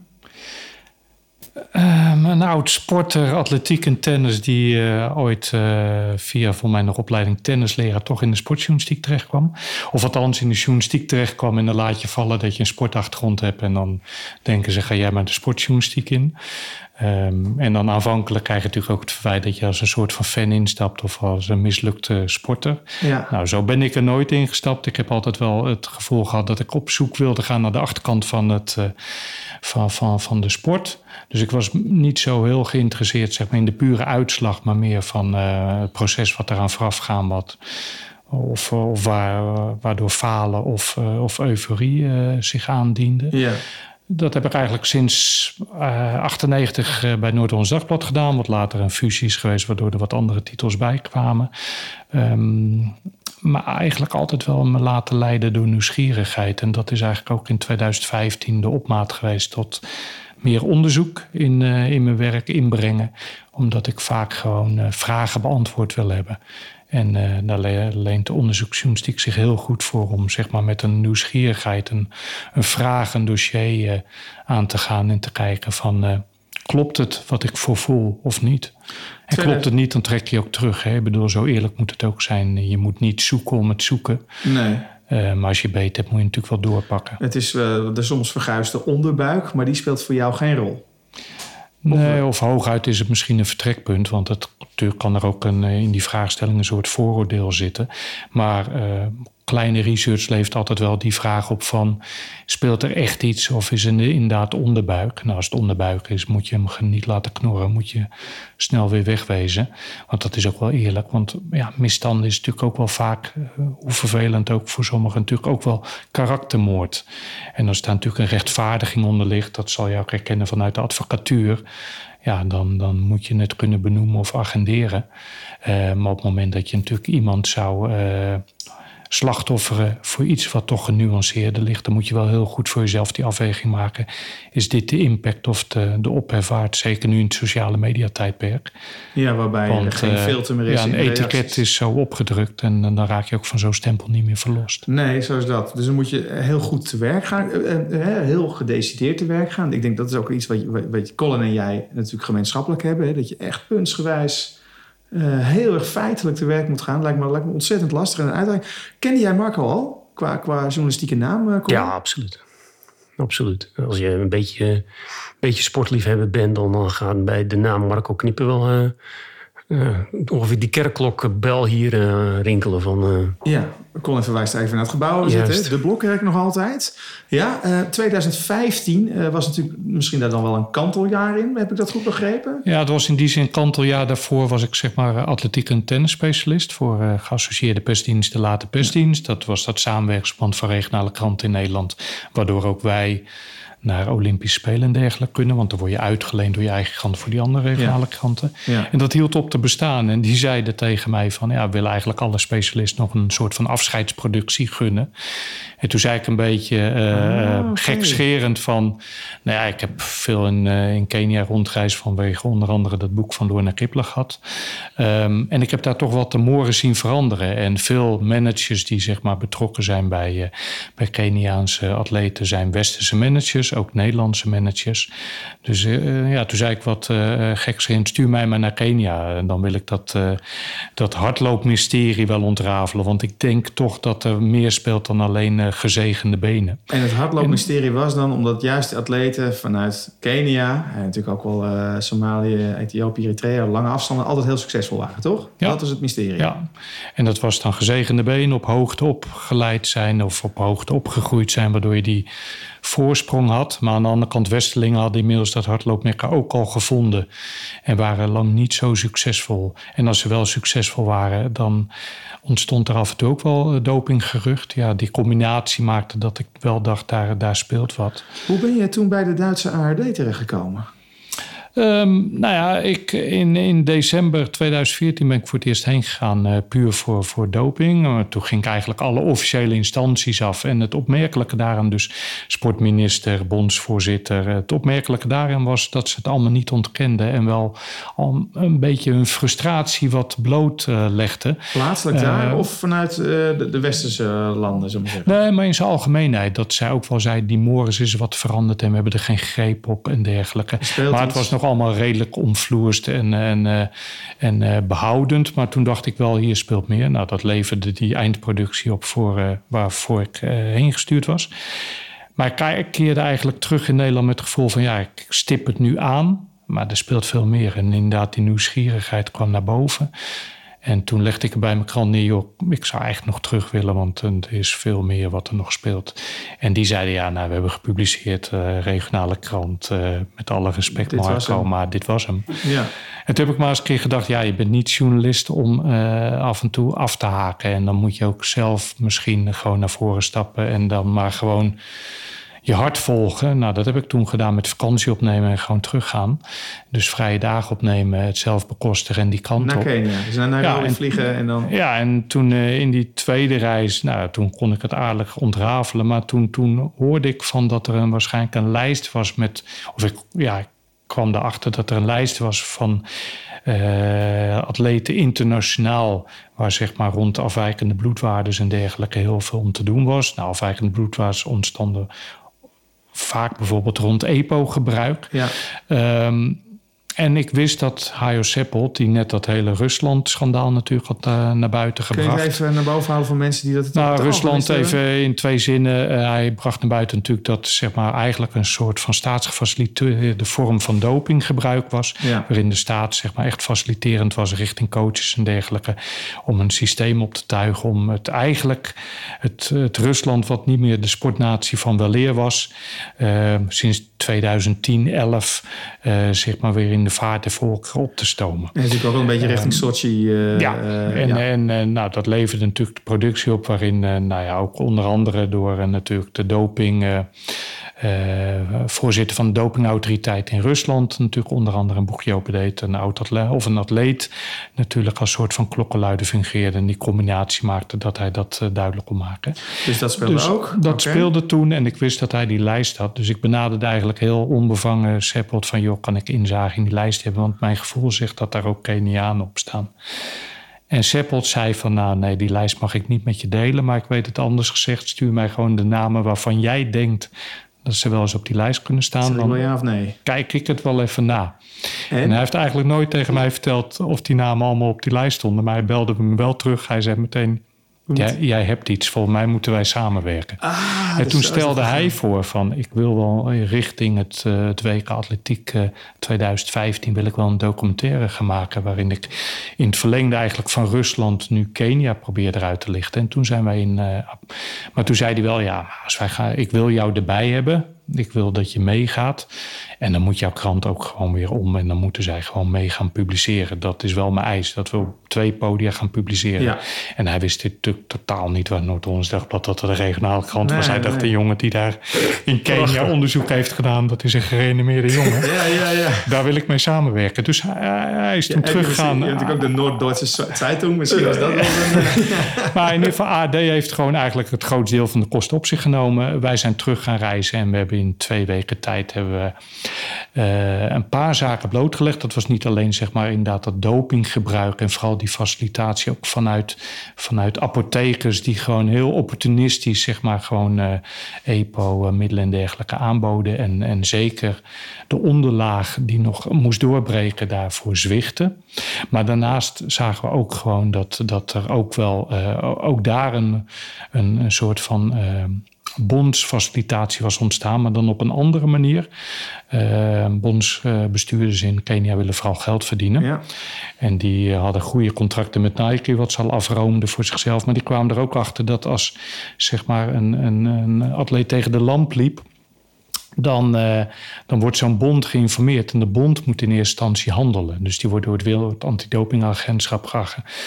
B: Een oud sporter, atletiek en tennis... die ooit via voor mij nog opleiding tennisleraar... toch in de sportjournalistiek terechtkwam. Of althans in de journalistiek terechtkwam... en dan laat je vallen dat je een sportachtergrond hebt... en dan denken ze, ga jij maar de sportjournalistiek in. En dan aanvankelijk krijg je natuurlijk ook het verwijt... dat je als een soort van fan instapt... of als een mislukte sporter. Ja. Nou, zo ben ik er nooit ingestapt. Ik heb altijd wel het gevoel gehad... dat ik op zoek wilde gaan naar de achterkant van van de sport... Dus ik was niet zo heel geïnteresseerd zeg maar, in de pure uitslag... maar meer van het proces wat eraan vooraf gaan wat... Of waardoor falen of euforie zich aandiende. Ja. Dat heb ik eigenlijk sinds 98 bij Noord-Hollands Dagblad gedaan... wat later een fusie is geweest... waardoor er wat andere titels bij kwamen. Maar eigenlijk altijd wel me laten leiden door nieuwsgierigheid. En dat is eigenlijk ook in 2015 de opmaat geweest... tot meer onderzoek in mijn werk inbrengen. Omdat ik vaak gewoon vragen beantwoord wil hebben. En daar leent de onderzoeksjournalistiek zich heel goed voor... om zeg maar, met een nieuwsgierigheid, een vraag, een dossier aan te gaan... en te kijken van, klopt het wat ik voor voel of niet? En klopt het niet, dan trek je ook terug. Hè? Ik bedoel, zo eerlijk moet het ook zijn. Je moet niet zoeken om het zoeken. Nee. Maar als je beet hebt, moet je natuurlijk wel doorpakken.
A: Het is de soms verguisde onderbuik, maar die speelt voor jou geen rol.
B: Nee, of hooguit is het misschien een vertrekpunt. Want natuurlijk kan er ook in die vraagstelling een soort vooroordeel zitten. Maar kleine research levert altijd wel die vraag op van... speelt er echt iets of is het inderdaad onderbuik? Nou, als het onderbuik is, moet je hem niet laten knorren. Moet je snel weer wegwezen. Want dat is ook wel eerlijk. Want ja, misstanden is natuurlijk ook wel vaak... hoe vervelend ook voor sommigen natuurlijk ook wel karaktermoord. En als daar natuurlijk een rechtvaardiging onder ligt... dat zal je ook herkennen vanuit de advocatuur... ja, dan moet je het kunnen benoemen of agenderen. Maar op het moment dat je natuurlijk iemand zou... slachtofferen voor iets wat toch genuanceerder ligt... dan moet je wel heel goed voor jezelf die afweging maken. Is dit de impact of de ophef waard? Zeker nu in het sociale mediatijdperk.
A: Ja, waarbij er geen filter meer is.
B: Ja, een etiket is zo opgedrukt... en dan raak je ook van zo'n stempel niet meer verlost.
A: Nee, zo is dat. Dus dan moet je heel goed te werk gaan. Heel gedecideerd te werk gaan. Ik denk dat is ook iets wat Colin en jij natuurlijk gemeenschappelijk hebben. Hè? Dat je echt puntsgewijs... heel erg feitelijk te werk moet gaan. Lijkt me ontzettend lastig. En uiteindelijk, kende jij Marco al? Qua journalistieke naam? Colin?
C: Ja, absoluut. Absoluut. Als je een beetje sportliefhebber bent... dan gaat bij de naam Marco Knipper wel... ongeveer die kerkklokbel hier rinkelen van...
A: Ja, Colin verwijst even naar het gebouw. Zitten. De Blokkerk nog altijd. Ja, 2015 was natuurlijk misschien daar dan wel een kanteljaar in. Heb ik dat goed begrepen?
B: Ja, het was in die zin een kanteljaar. Daarvoor was ik zeg maar atletiek- en tennisspecialist... voor geassocieerde persdienst, de late persdienst. Dat was dat samenwerkingsverband van regionale kranten in Nederland. Waardoor ook wij... naar Olympische Spelen en dergelijke kunnen. Want dan word je uitgeleend door je eigen krant voor die andere regionale kranten. Ja. En dat hield op te bestaan. En die zeiden tegen mij van, we willen eigenlijk alle specialisten nog een soort van afscheidsproductie gunnen. En toen zei ik een beetje gekscherend van, ik heb veel in Kenia rondgereisd vanwege onder andere dat boek van Lorna Kippler gehad. En ik heb daar toch wat de moren zien veranderen. En veel managers die zeg maar betrokken zijn bij Keniaanse atleten zijn westerse managers, ook Nederlandse managers. Dus toen zei ik wat gekscherend, stuur mij maar naar Kenia. En dan wil ik dat hardloopmysterie wel ontrafelen. Want ik denk toch dat er meer speelt dan alleen gezegende benen.
A: En het hardloopmysterie was dan omdat juist de atleten vanuit Kenia, en natuurlijk ook wel Somalië, Ethiopië, Eritrea, lange afstanden, altijd heel succesvol waren, toch? Ja. Dat is het mysterie.
B: Ja, en dat was dan gezegende benen, op hoogte opgeleid zijn of op hoogte opgegroeid zijn, waardoor je die voorsprong had. Maar aan de andere kant, Westelingen hadden inmiddels dat hardloopmekka ook al gevonden en waren lang niet zo succesvol. En als ze wel succesvol waren, dan ontstond er af en toe ook wel dopinggerucht. Ja, die combinatie maakte dat ik wel dacht, daar speelt wat.
A: Hoe ben je toen bij de Duitse ARD terechtgekomen?
B: In december 2014 ben ik voor het eerst heen gegaan, puur voor doping. Toen ging ik eigenlijk alle officiële instanties af. En het opmerkelijke daaraan, dus sportminister, bondsvoorzitter. Het opmerkelijke daaraan was dat ze het allemaal niet ontkenden. En wel al een beetje hun frustratie wat blootlegden.
A: Plaatselijk daar of vanuit de westerse landen, zo maar zeggen?
B: Nee, maar in zijn algemeenheid. Dat zij ook wel zei, die Morris is wat veranderd en we hebben er geen greep op en dergelijke. Maar het was nog allemaal redelijk omvloerst en behoudend. Maar toen dacht ik wel, hier speelt meer. Nou, dat leverde die eindproductie op waarvoor ik heen gestuurd was. Maar ik keerde eigenlijk terug in Nederland met het gevoel van, ik stip het nu aan. Maar er speelt veel meer. En inderdaad, die nieuwsgierigheid kwam naar boven. En toen legde ik er bij mijn krant neer, joh, ik zou eigenlijk nog terug willen, want er is veel meer wat er nog speelt. En die zeiden, we hebben gepubliceerd, regionale krant, met alle respect Marco, maar dit was hem. Ja. En toen heb ik maar eens een keer gedacht, je bent niet journalist om af en toe af te haken. En dan moet je ook zelf misschien gewoon naar voren stappen en dan maar gewoon je hart volgen. Nou, dat heb ik toen gedaan met vakantie opnemen en gewoon teruggaan. Dus vrije dagen opnemen, het zelf bekostigen en die kant
A: naar
B: op.
A: Naar Kenia, dus naar Nairobi vliegen en dan...
B: Ja, en toen in die tweede reis, toen kon ik het aardig ontrafelen. Maar toen hoorde ik van dat er waarschijnlijk een lijst was met... ik kwam erachter dat er een lijst was van atleten internationaal, waar zeg maar rond afwijkende bloedwaardes en dergelijke heel veel om te doen was. Nou, afwijkende bloedwaardes ontstonden vaak bijvoorbeeld rond EPO-gebruik. Ja. En ik wist dat Hajo Seppelt, die net dat hele Rusland-schandaal natuurlijk had naar buiten gebracht.
A: Kun je even naar boven halen voor mensen die dat...
B: Rusland even in 2 zinnen. Hij bracht naar buiten natuurlijk dat zeg maar eigenlijk een soort van staatsgefaciliteerde vorm van dopinggebruik was. Ja. Waarin de staat zeg maar echt faciliterend was richting coaches en dergelijke. Om een systeem op te tuigen. Om het eigenlijk het Rusland wat niet meer de sportnatie van weleer was. Sinds 2010, 11 zeg maar weer in de vaart der volkeren op te stomen.
A: En natuurlijk ook een beetje richting Sochi.
B: En dat leverde natuurlijk de productie op, waarin ook onder andere door natuurlijk de doping... voorzitter van de dopingautoriteit in Rusland natuurlijk onder andere een boekje open deed. Een atleet natuurlijk als soort van klokkenluider fungeerde. En die combinatie maakte dat hij dat duidelijk kon maken.
A: Dus dat speelde ook?
B: Dat speelde toen en ik wist dat hij die lijst had. Dus ik benaderde eigenlijk heel onbevangen Seppelt van, joh, kan ik inzage in die lijst hebben? Want mijn gevoel zegt dat daar ook Kenianen op staan. En Seppelt zei van, nee, die lijst mag ik niet met je delen. Maar ik weet het anders gezegd, stuur mij gewoon de namen waarvan jij denkt dat ze wel eens op die lijst kunnen staan.
A: Dan ja of nee?
B: Kijk ik het wel even na. En hij heeft eigenlijk nooit tegen mij verteld of die namen allemaal op die lijst stonden. Maar hij belde me wel terug. Hij zei meteen, jij hebt iets. Volgens mij moeten wij samenwerken. En toen stelde hij voor van, ik wil wel richting het WK Atletiek 2015 wil ik wel een documentaire gaan maken, waarin ik in het verlengde eigenlijk van Rusland nu Kenia probeer eruit te lichten. En toen zijn wij maar toen zei hij wel, als wij gaan, ik wil jou erbij hebben. Ik wil dat je meegaat. En dan moet jouw krant ook gewoon weer om. En dan moeten zij gewoon mee gaan publiceren. Dat is wel mijn eis. Dat we op 2 podia gaan publiceren. Ja. En hij wist dit natuurlijk totaal niet. Waar Noord-Hollands Dagblad dat de regionale krant was. Hij dacht, een jongen die daar in Kenia onderzoek heeft gedaan. Dat is een gerenommeerde jongen. Ja. Daar wil ik mee samenwerken. Dus hij is toen teruggegaan.
A: Je hebt natuurlijk ook de Noord-Duitse Zeitung. Misschien was dat wel een...
B: Maar in ieder geval, AD heeft gewoon eigenlijk het grootste deel van de kosten op zich genomen. Wij zijn terug gaan reizen. En we hebben in 2 weken tijd een paar zaken blootgelegd. Dat was niet alleen zeg maar inderdaad dat dopinggebruik en vooral die facilitatie ook vanuit apothekers die gewoon heel opportunistisch zeg maar gewoon EPO-middelen en dergelijke aanboden. En zeker de onderlaag die nog moest doorbreken daarvoor zwichten. Maar daarnaast zagen we ook gewoon dat er ook wel ook daar een soort van bondsfacilitatie was ontstaan, maar dan op een andere manier. Bondsbestuurders in Kenia willen vooral geld verdienen. Ja. En die hadden goede contracten met Nike, wat ze al afroomden voor zichzelf. Maar die kwamen er ook achter dat als zeg maar een atleet tegen de lamp liep, dan wordt zo'n bond geïnformeerd. En de bond moet in eerste instantie handelen. Dus die wordt door het Wereld Antidopingagentschap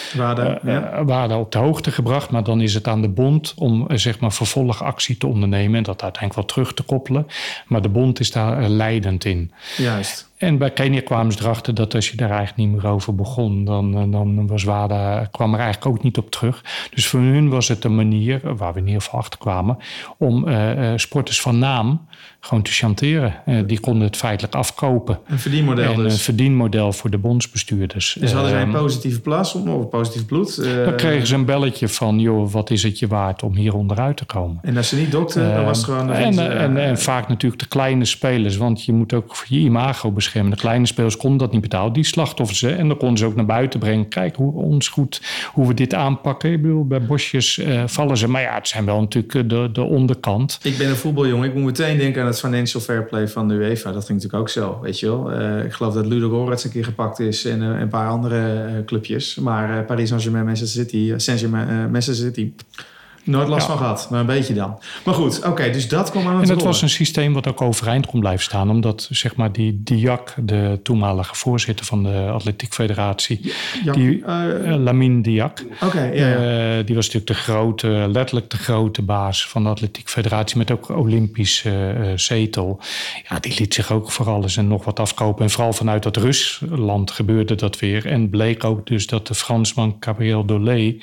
B: WADA op de hoogte gebracht. Maar dan is het aan de bond om zeg maar vervolgactie te ondernemen. En dat uiteindelijk wel terug te koppelen. Maar de bond is daar leidend in.
A: Juist.
B: En bij Kenia kwamen ze erachter dat als je daar eigenlijk niet meer over begon, dan was WADA, kwam er eigenlijk ook niet op terug. Dus voor hun was het een manier, waar we in ieder geval achter kwamen, om sporters van naam gewoon te chanteren. Die konden het feitelijk afkopen.
A: Een verdienmodel dus.
B: Een verdienmodel voor de bondsbestuurders.
A: Dus hadden zij een positieve plas of positief bloed?
B: Dan kregen ze een belletje van, joh, wat is het je waard om hier onderuit te komen?
A: En als ze niet dokter, dan was het gewoon...
B: En vaak natuurlijk de kleine spelers, want je moet ook je imago beschermen. De kleine spelers konden dat niet betalen. Die slachtoffers ze. En dan konden ze ook naar buiten brengen. Kijk hoe we dit aanpakken. Ik bedoel, bij bosjes vallen ze. Maar ja, het zijn wel natuurlijk de onderkant.
A: Ik ben een voetbaljongen. Ik moet meteen denken aan het financial fair play van de UEFA. Dat ging natuurlijk ook zo, weet je wel. Ik geloof dat Ludo Goretz een keer gepakt is. En een paar andere clubjes. Maar Paris Saint-Germain, Manchester City... Nooit last van gehad, maar een beetje dan. Maar goed, oké, dus dat kwam aan het
B: En dat was een systeem wat ook overeind kon blijven staan. Omdat zeg maar die Diak, de toenmalige voorzitter van de Atletiek Federatie, Lamine Diak, die was natuurlijk letterlijk de grote baas van de Atletiek Federatie met ook Olympisch zetel. Ja, die liet zich ook voor alles en nog wat afkopen. En vooral vanuit dat Rusland gebeurde dat weer. En bleek ook dus dat de Fransman Gabriel Dolé,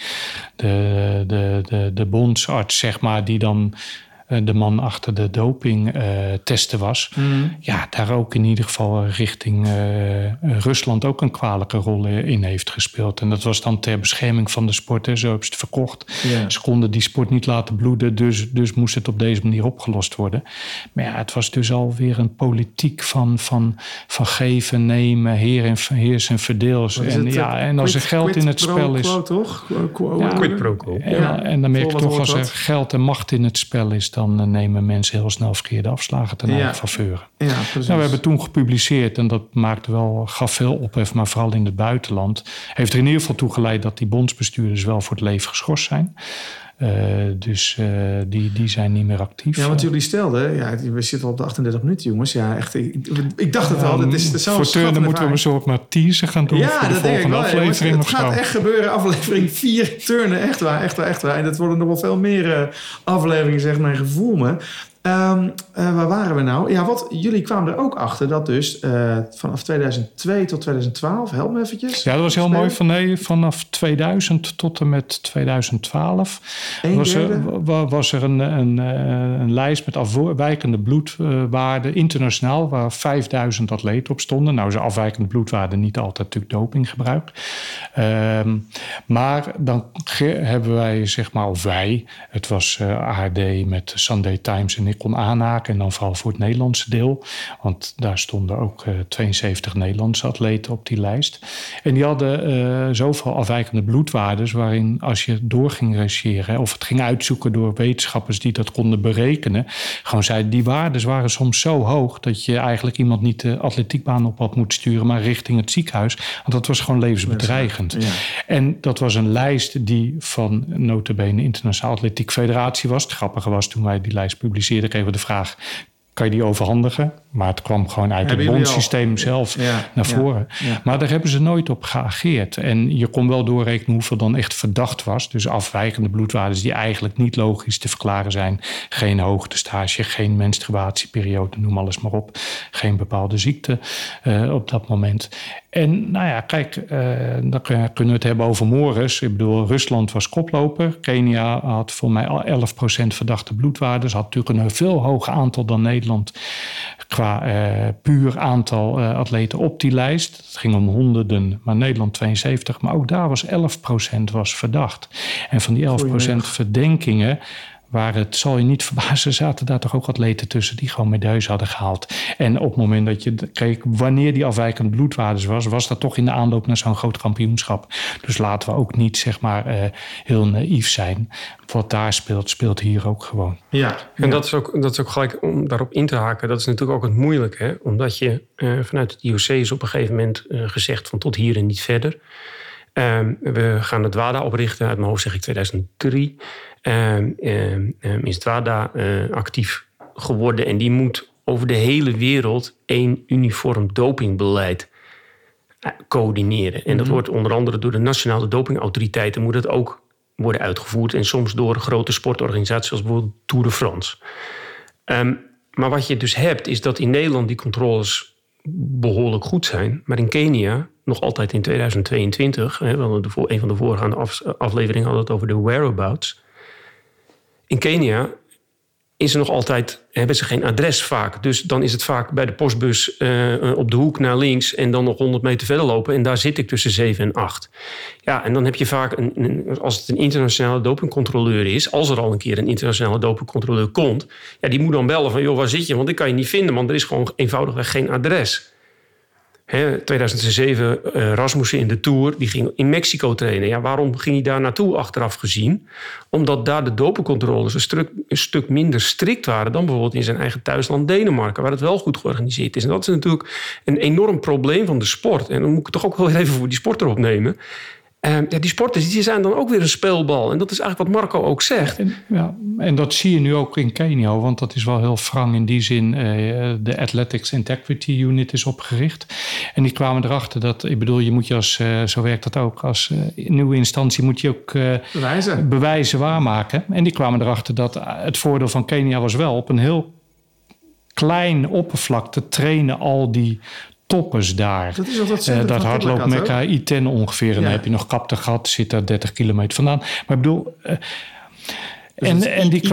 B: de bondsarts, zeg maar, die dan de man achter de dopingtesten was. Ja, daar ook in ieder geval richting Rusland ook een kwalijke rol in heeft gespeeld. En dat was dan ter bescherming van de sport. Zo hebben ze het verkocht. Yeah. Ze konden die sport niet laten bloeden, dus moest het op deze manier opgelost worden. Maar ja, het was dus alweer een politiek van geven, nemen, heers en verdeel. En als er geld in het spel is...
C: Quid pro quo.
B: En dan merk je toch, als er geld en macht in het spel is, dan nemen mensen heel snel verkeerde afslagen ten eigen faveur.
A: Ja, precies.
B: We hebben toen gepubliceerd en dat gaf veel ophef, maar vooral in het buitenland. Heeft er in ieder geval toe geleid dat die bondsbestuurders wel voor het leven geschorst zijn. Die zijn niet meer actief.
A: Ja, want jullie stelden, we zitten al op de 38 minuten, jongens. Ja, echt. Ik dacht het al. Dit is
B: voor turnen moeten we een soort maar teaser gaan doen voor de volgende aflevering.
A: Het gaat echt gebeuren. Aflevering 4 turnen. Echt waar. En dat worden nog wel veel meer afleveringen, zegt mijn gevoel me. Waar waren we nou? Ja, jullie kwamen er ook achter dat dus vanaf 2002 tot 2012, help me eventjes.
B: Ja, dat was heel mooi. Vanaf 2000 tot en met 2012 was er een lijst met afwijkende bloedwaarden internationaal, waar 5000 atleten op stonden. Nou, zijn afwijkende bloedwaarden niet altijd natuurlijk dopinggebruik. Maar dan hebben wij, zeg maar, of wij, het was ARD met Sunday Times en ik kon aanhaken. En dan vooral voor het Nederlandse deel. Want daar stonden ook 72 Nederlandse atleten op die lijst. En die hadden zoveel afwijkende bloedwaardes, waarin als je door ging rechercheren of het ging uitzoeken door wetenschappers die dat konden berekenen, gewoon zeiden die waardes waren soms zo hoog dat je eigenlijk iemand niet de atletiekbaan op had moeten sturen, maar richting het ziekenhuis. Want dat was gewoon levensbedreigend. Ja. En dat was een lijst die van nota bene Internationale Atletiek Federatie was. Het grappige was, toen wij die lijst publiceerden, kregen we de vraag: kan je die overhandigen. Maar het kwam gewoon uit het bondsysteem zelf naar voren. Ja. Maar daar hebben ze nooit op geageerd. En je kon wel doorrekenen hoeveel dan echt verdacht was. Dus afwijkende bloedwaardes die eigenlijk niet logisch te verklaren zijn. Geen hoogtestage, geen menstruatieperiode, noem alles maar op. Geen bepaalde ziekte op dat moment. En nou ja, kijk, dan kunnen we het hebben over Morris. Ik bedoel, Rusland was koploper. Kenia had voor mij al 11% verdachte bloedwaardes. Had natuurlijk een veel hoger aantal dan Nederland qua puur aantal atleten op die lijst. Het ging om honderden, maar Nederland 72. Maar ook daar was 11% was verdacht. En van die 11% verdenkingen waren, het zal je niet verbazen, zaten daar toch ook atleten tussen die gewoon medailles hadden gehaald. En op het moment dat je keek wanneer die afwijkende bloedwaardes was dat toch in de aanloop naar zo'n groot kampioenschap. Dus laten we ook niet, zeg maar, heel naïef zijn. Wat daar speelt hier ook gewoon.
C: Ja, en dat is ook gelijk om daarop in te haken. Dat is natuurlijk ook het moeilijke, hè? Omdat je vanuit het IOC is op een gegeven moment gezegd van tot hier en niet verder. We gaan het WADA oprichten. Uit mijn hoofd zeg ik 2003. Is het WADA actief geworden. En die moet over de hele wereld één uniform dopingbeleid coördineren. En dat wordt onder andere door de nationale dopingautoriteiten moet het ook worden uitgevoerd. En soms door grote sportorganisaties zoals bijvoorbeeld Tour de France. Maar wat je dus hebt is dat in Nederland die controles behoorlijk goed zijn. Maar in Kenia nog altijd in 2022... een van de voorgaande afleveringen hadden het over de whereabouts. In Kenia is er nog altijd, hebben ze geen adres vaak. Dus dan is het vaak bij de postbus op de hoek naar links en dan nog 100 meter verder lopen. En daar zit ik tussen 7 en 8. Ja, en dan heb je vaak, als het een internationale dopingcontroleur is, als er al een keer een internationale dopingcontroleur komt, ja, die moet dan bellen van, joh, waar zit je? Want ik kan je niet vinden, want er is gewoon eenvoudigweg geen adres. 2007 Rasmussen in de Tour, die ging in Mexico trainen. Ja, waarom ging hij daar naartoe achteraf gezien? Omdat daar de dopingcontroles een stuk minder strikt waren dan bijvoorbeeld in zijn eigen thuisland Denemarken, waar het wel goed georganiseerd is. En dat is natuurlijk een enorm probleem van de sport. En dan moet ik het toch ook wel even voor die sporter opnemen. Die sporters die zijn dan ook weer een speelbal. En dat is eigenlijk wat Marco ook zegt.
B: En dat zie je nu ook in Kenia. Want dat is wel heel wrang in die zin. De Athletics Integrity Unit is opgericht. En die kwamen erachter dat, ik bedoel, je moet je als, zo werkt dat ook, als nieuwe instantie moet je ook bewijzen waarmaken. En die kwamen erachter dat het voordeel van Kenia was wel op een heel klein oppervlakte trainen al die toppers daar. Dat hardloopt Mekka I-10 ongeveer. En dan heb je nog Kaptegat, zit daar 30 kilometer vandaan. Maar ik bedoel,
A: Dus en die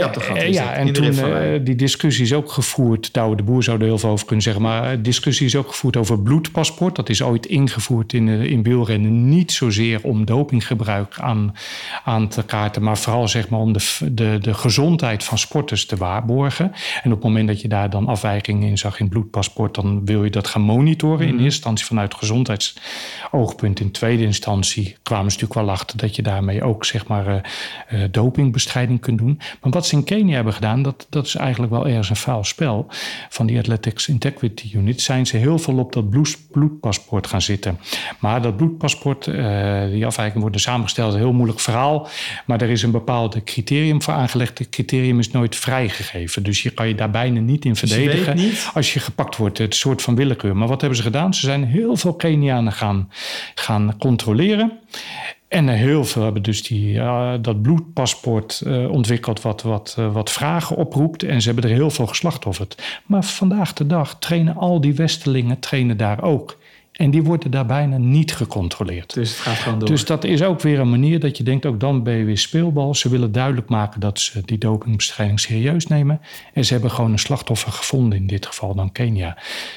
B: toen die discussie is ook gevoerd. Douwe de Boer zou er heel veel over kunnen zeggen. Maar discussie is ook gevoerd over bloedpaspoort. Dat is ooit ingevoerd in wielrennen. Niet zozeer om dopinggebruik aan te kaarten. Maar vooral zeg maar om de gezondheid van sporters te waarborgen. En op het moment dat je daar dan afwijkingen in zag in bloedpaspoort. Dan wil je dat gaan monitoren. In eerste instantie vanuit gezondheidsoogpunt. In tweede instantie kwamen ze natuurlijk wel achter dat je daarmee ook zeg maar dopingbestrijding kunt doen. Maar wat ze in Kenia hebben gedaan, dat is eigenlijk wel ergens een vuil spel. Van die Athletics Integrity Unit zijn ze heel veel op dat bloedpaspoort gaan zitten. Maar dat bloedpaspoort, die afwijkingen worden samengesteld, een heel moeilijk verhaal. Maar er is een bepaalde criterium voor aangelegd. Het criterium is nooit vrijgegeven. Dus je kan je daar bijna niet in verdedigen als je gepakt wordt. Het soort van willekeur. Maar wat hebben ze gedaan? Ze zijn heel veel Kenianen gaan controleren. En heel veel hebben dus dat bloedpaspoort ontwikkeld wat vragen oproept. En ze hebben er heel veel geslachtofferd. Maar vandaag de dag trainen al die Westelingen daar ook. En die worden daar bijna niet gecontroleerd.
A: Dus het gaat gewoon door.
B: Dus dat is ook weer een manier dat je denkt, ook dan ben je weer speelbal. Ze willen duidelijk maken dat ze die dopingbestrijding serieus nemen. En ze hebben gewoon een slachtoffer gevonden, in dit geval dan Kenia.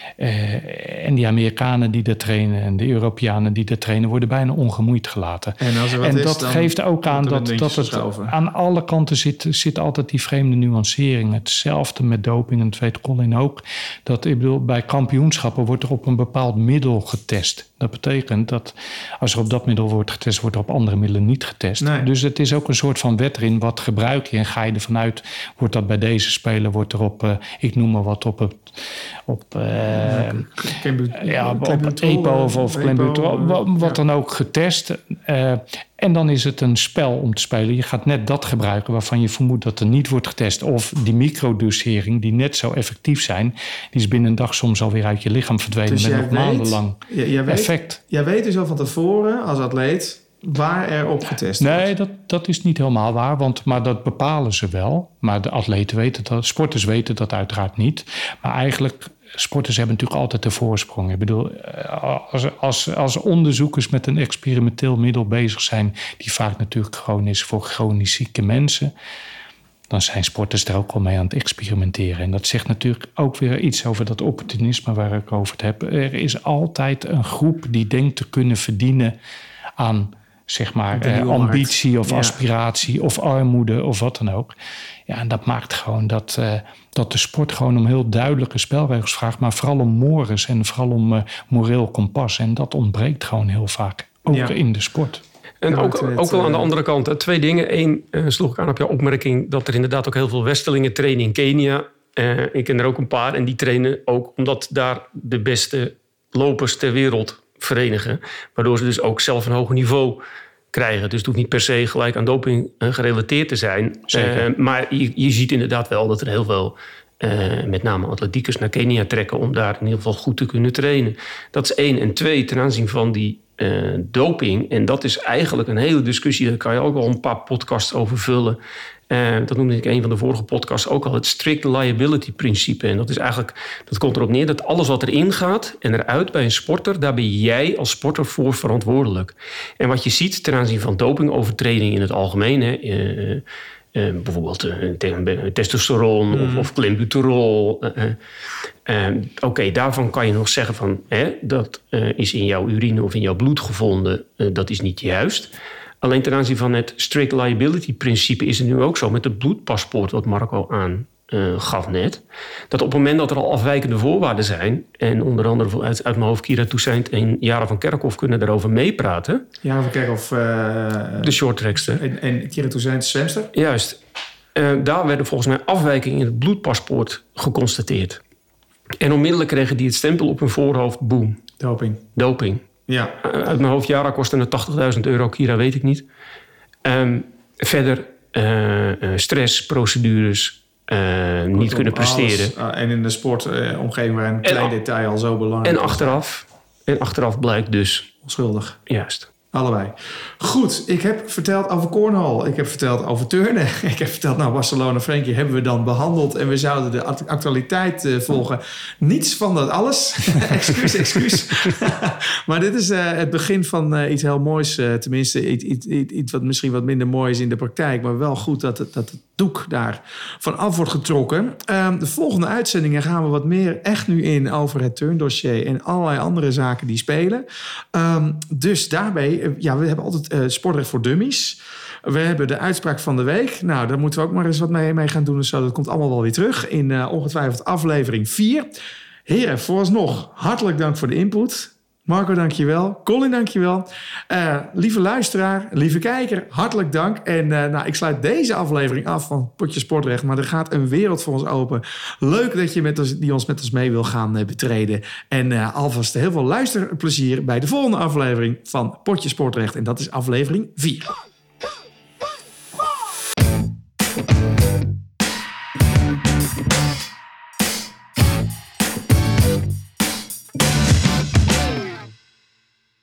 B: En die Amerikanen die daar trainen en de Europeanen die daar trainen worden bijna ongemoeid gelaten. En dat geeft ook aan dat het aan alle kanten zit altijd die vreemde nuancering. Hetzelfde met doping, en dat weet Colin ook. Dat, ik bedoel, bij kampioenschappen wordt er op een bepaald middel getest. Dat betekent dat als er op dat middel wordt getest, wordt er op andere middelen niet getest. Nee. Dus het is ook een soort van wet erin. Wat gebruik je? En ga je ervan uit, wordt dat bij deze speler, wordt er op, ik noem maar wat, op EPO of clenbuterol, wat dan ook getest. En dan is het een spel om te spelen. Je gaat net dat gebruiken waarvan je vermoedt dat er niet wordt getest. Of die microdosering, die net zo effectief zijn, die is binnen een dag soms alweer uit je lichaam verdwenen. Dus met nog maandenlang effect.
A: Jij weet dus al van tevoren als atleet waar er op getest wordt.
B: Nee, dat is niet helemaal waar, maar dat bepalen ze wel. Maar de atleten weten dat, sporters weten dat uiteraard niet. Maar eigenlijk, sporters hebben natuurlijk altijd de voorsprong. Ik bedoel, als onderzoekers met een experimenteel middel bezig zijn, die vaak natuurlijk gewoon is voor chronisch zieke mensen, dan zijn sporters er ook al mee aan het experimenteren. En dat zegt natuurlijk ook weer iets over dat opportunisme waar ik over het heb. Er is altijd een groep die denkt te kunnen verdienen aan, zeg maar, ambitie of aspiratie of armoede of wat dan ook. Ja, en dat maakt gewoon dat de sport gewoon om heel duidelijke spelregels vraagt, maar vooral om mores en vooral om moreel kompas. En dat ontbreekt gewoon heel vaak, ook in de sport.
C: En ook wel aan de andere kant, 2 dingen. 1, sloeg ik aan op jouw opmerking dat er inderdaad ook heel veel Westelingen trainen in Kenia. Ik ken er ook een paar en die trainen ook omdat daar de beste lopers ter wereld verenigen. Waardoor ze dus ook zelf een hoger niveau krijgen. Dus het hoeft niet per se gelijk aan doping gerelateerd te zijn. Maar je ziet inderdaad wel dat er heel veel, met name atletiekers, naar Kenia trekken om daar in ieder geval goed te kunnen trainen. Dat is 1. En 2, ten aanzien van die doping. En dat is eigenlijk een hele discussie. Daar kan je ook wel een paar podcasts over vullen. Dat noemde ik een van de vorige podcasts ook al, het strict liability principe. En dat is eigenlijk, dat komt erop neer dat alles wat erin gaat en eruit bij een sporter, daar ben jij als sporter voor verantwoordelijk. En wat je ziet ten aanzien van dopingovertredingen in het algemeen, bijvoorbeeld testosteron of clenbuterol. Oké, daarvan kan je nog zeggen van, dat is in jouw urine of in jouw bloed gevonden. Dat is niet juist. Alleen ten aanzien van het strict liability principe is het nu ook zo met het bloedpaspoort, wat Marco aangaf net. Dat op het moment dat er al afwijkende voorwaarden zijn, en onder andere uit mijn hoofd Kira Toussaint en Jara van Kerkhoff kunnen daarover meepraten.
A: Jara van Kerkhoff,
C: de shorttrackster.
A: En Kira Toussaint, de zwemster.
C: Juist. Daar werden volgens mij afwijkingen in het bloedpaspoort geconstateerd. En onmiddellijk kregen die het stempel op hun voorhoofd, boom. Doping. Ja. Uit mijn hoofd, Jara kostte het €80.000, Kira weet ik niet. Verder stressprocedures, niet kunnen presteren.
A: Alles, en in de sportomgeving waar een klein detail al zo belangrijk is.
C: En achteraf blijkt dus
A: onschuldig.
C: Juist.
A: Allebei. Goed, ik heb verteld over cornhole. Ik heb verteld over turnen. Ik heb verteld, Barcelona Frankie hebben we dan behandeld. En we zouden de actualiteit volgen. Niets van dat alles. excuus. Maar dit is het begin van iets heel moois. Tenminste, iets wat misschien wat minder mooi is in de praktijk. Maar wel goed dat het doek daar van af wordt getrokken. De volgende uitzendingen gaan we wat meer echt nu in over het turndossier en allerlei andere zaken die spelen. Dus daarbij, we hebben altijd sportrecht voor dummies. We hebben de uitspraak van de week. Nou, daar moeten we ook maar eens wat mee gaan doen. Dus dat komt allemaal wel weer terug in ongetwijfeld aflevering 4. Heren, vooralsnog hartelijk dank voor de input. Marco, dankjewel. Colin, dankjewel. Lieve luisteraar, lieve kijker, hartelijk dank. En ik sluit deze aflevering af van Potje Sportrecht. Maar er gaat een wereld voor ons open. Leuk dat je die ons met ons mee wil gaan betreden. En alvast heel veel luisterplezier bij de volgende aflevering van Potje Sportrecht. En dat is aflevering 4.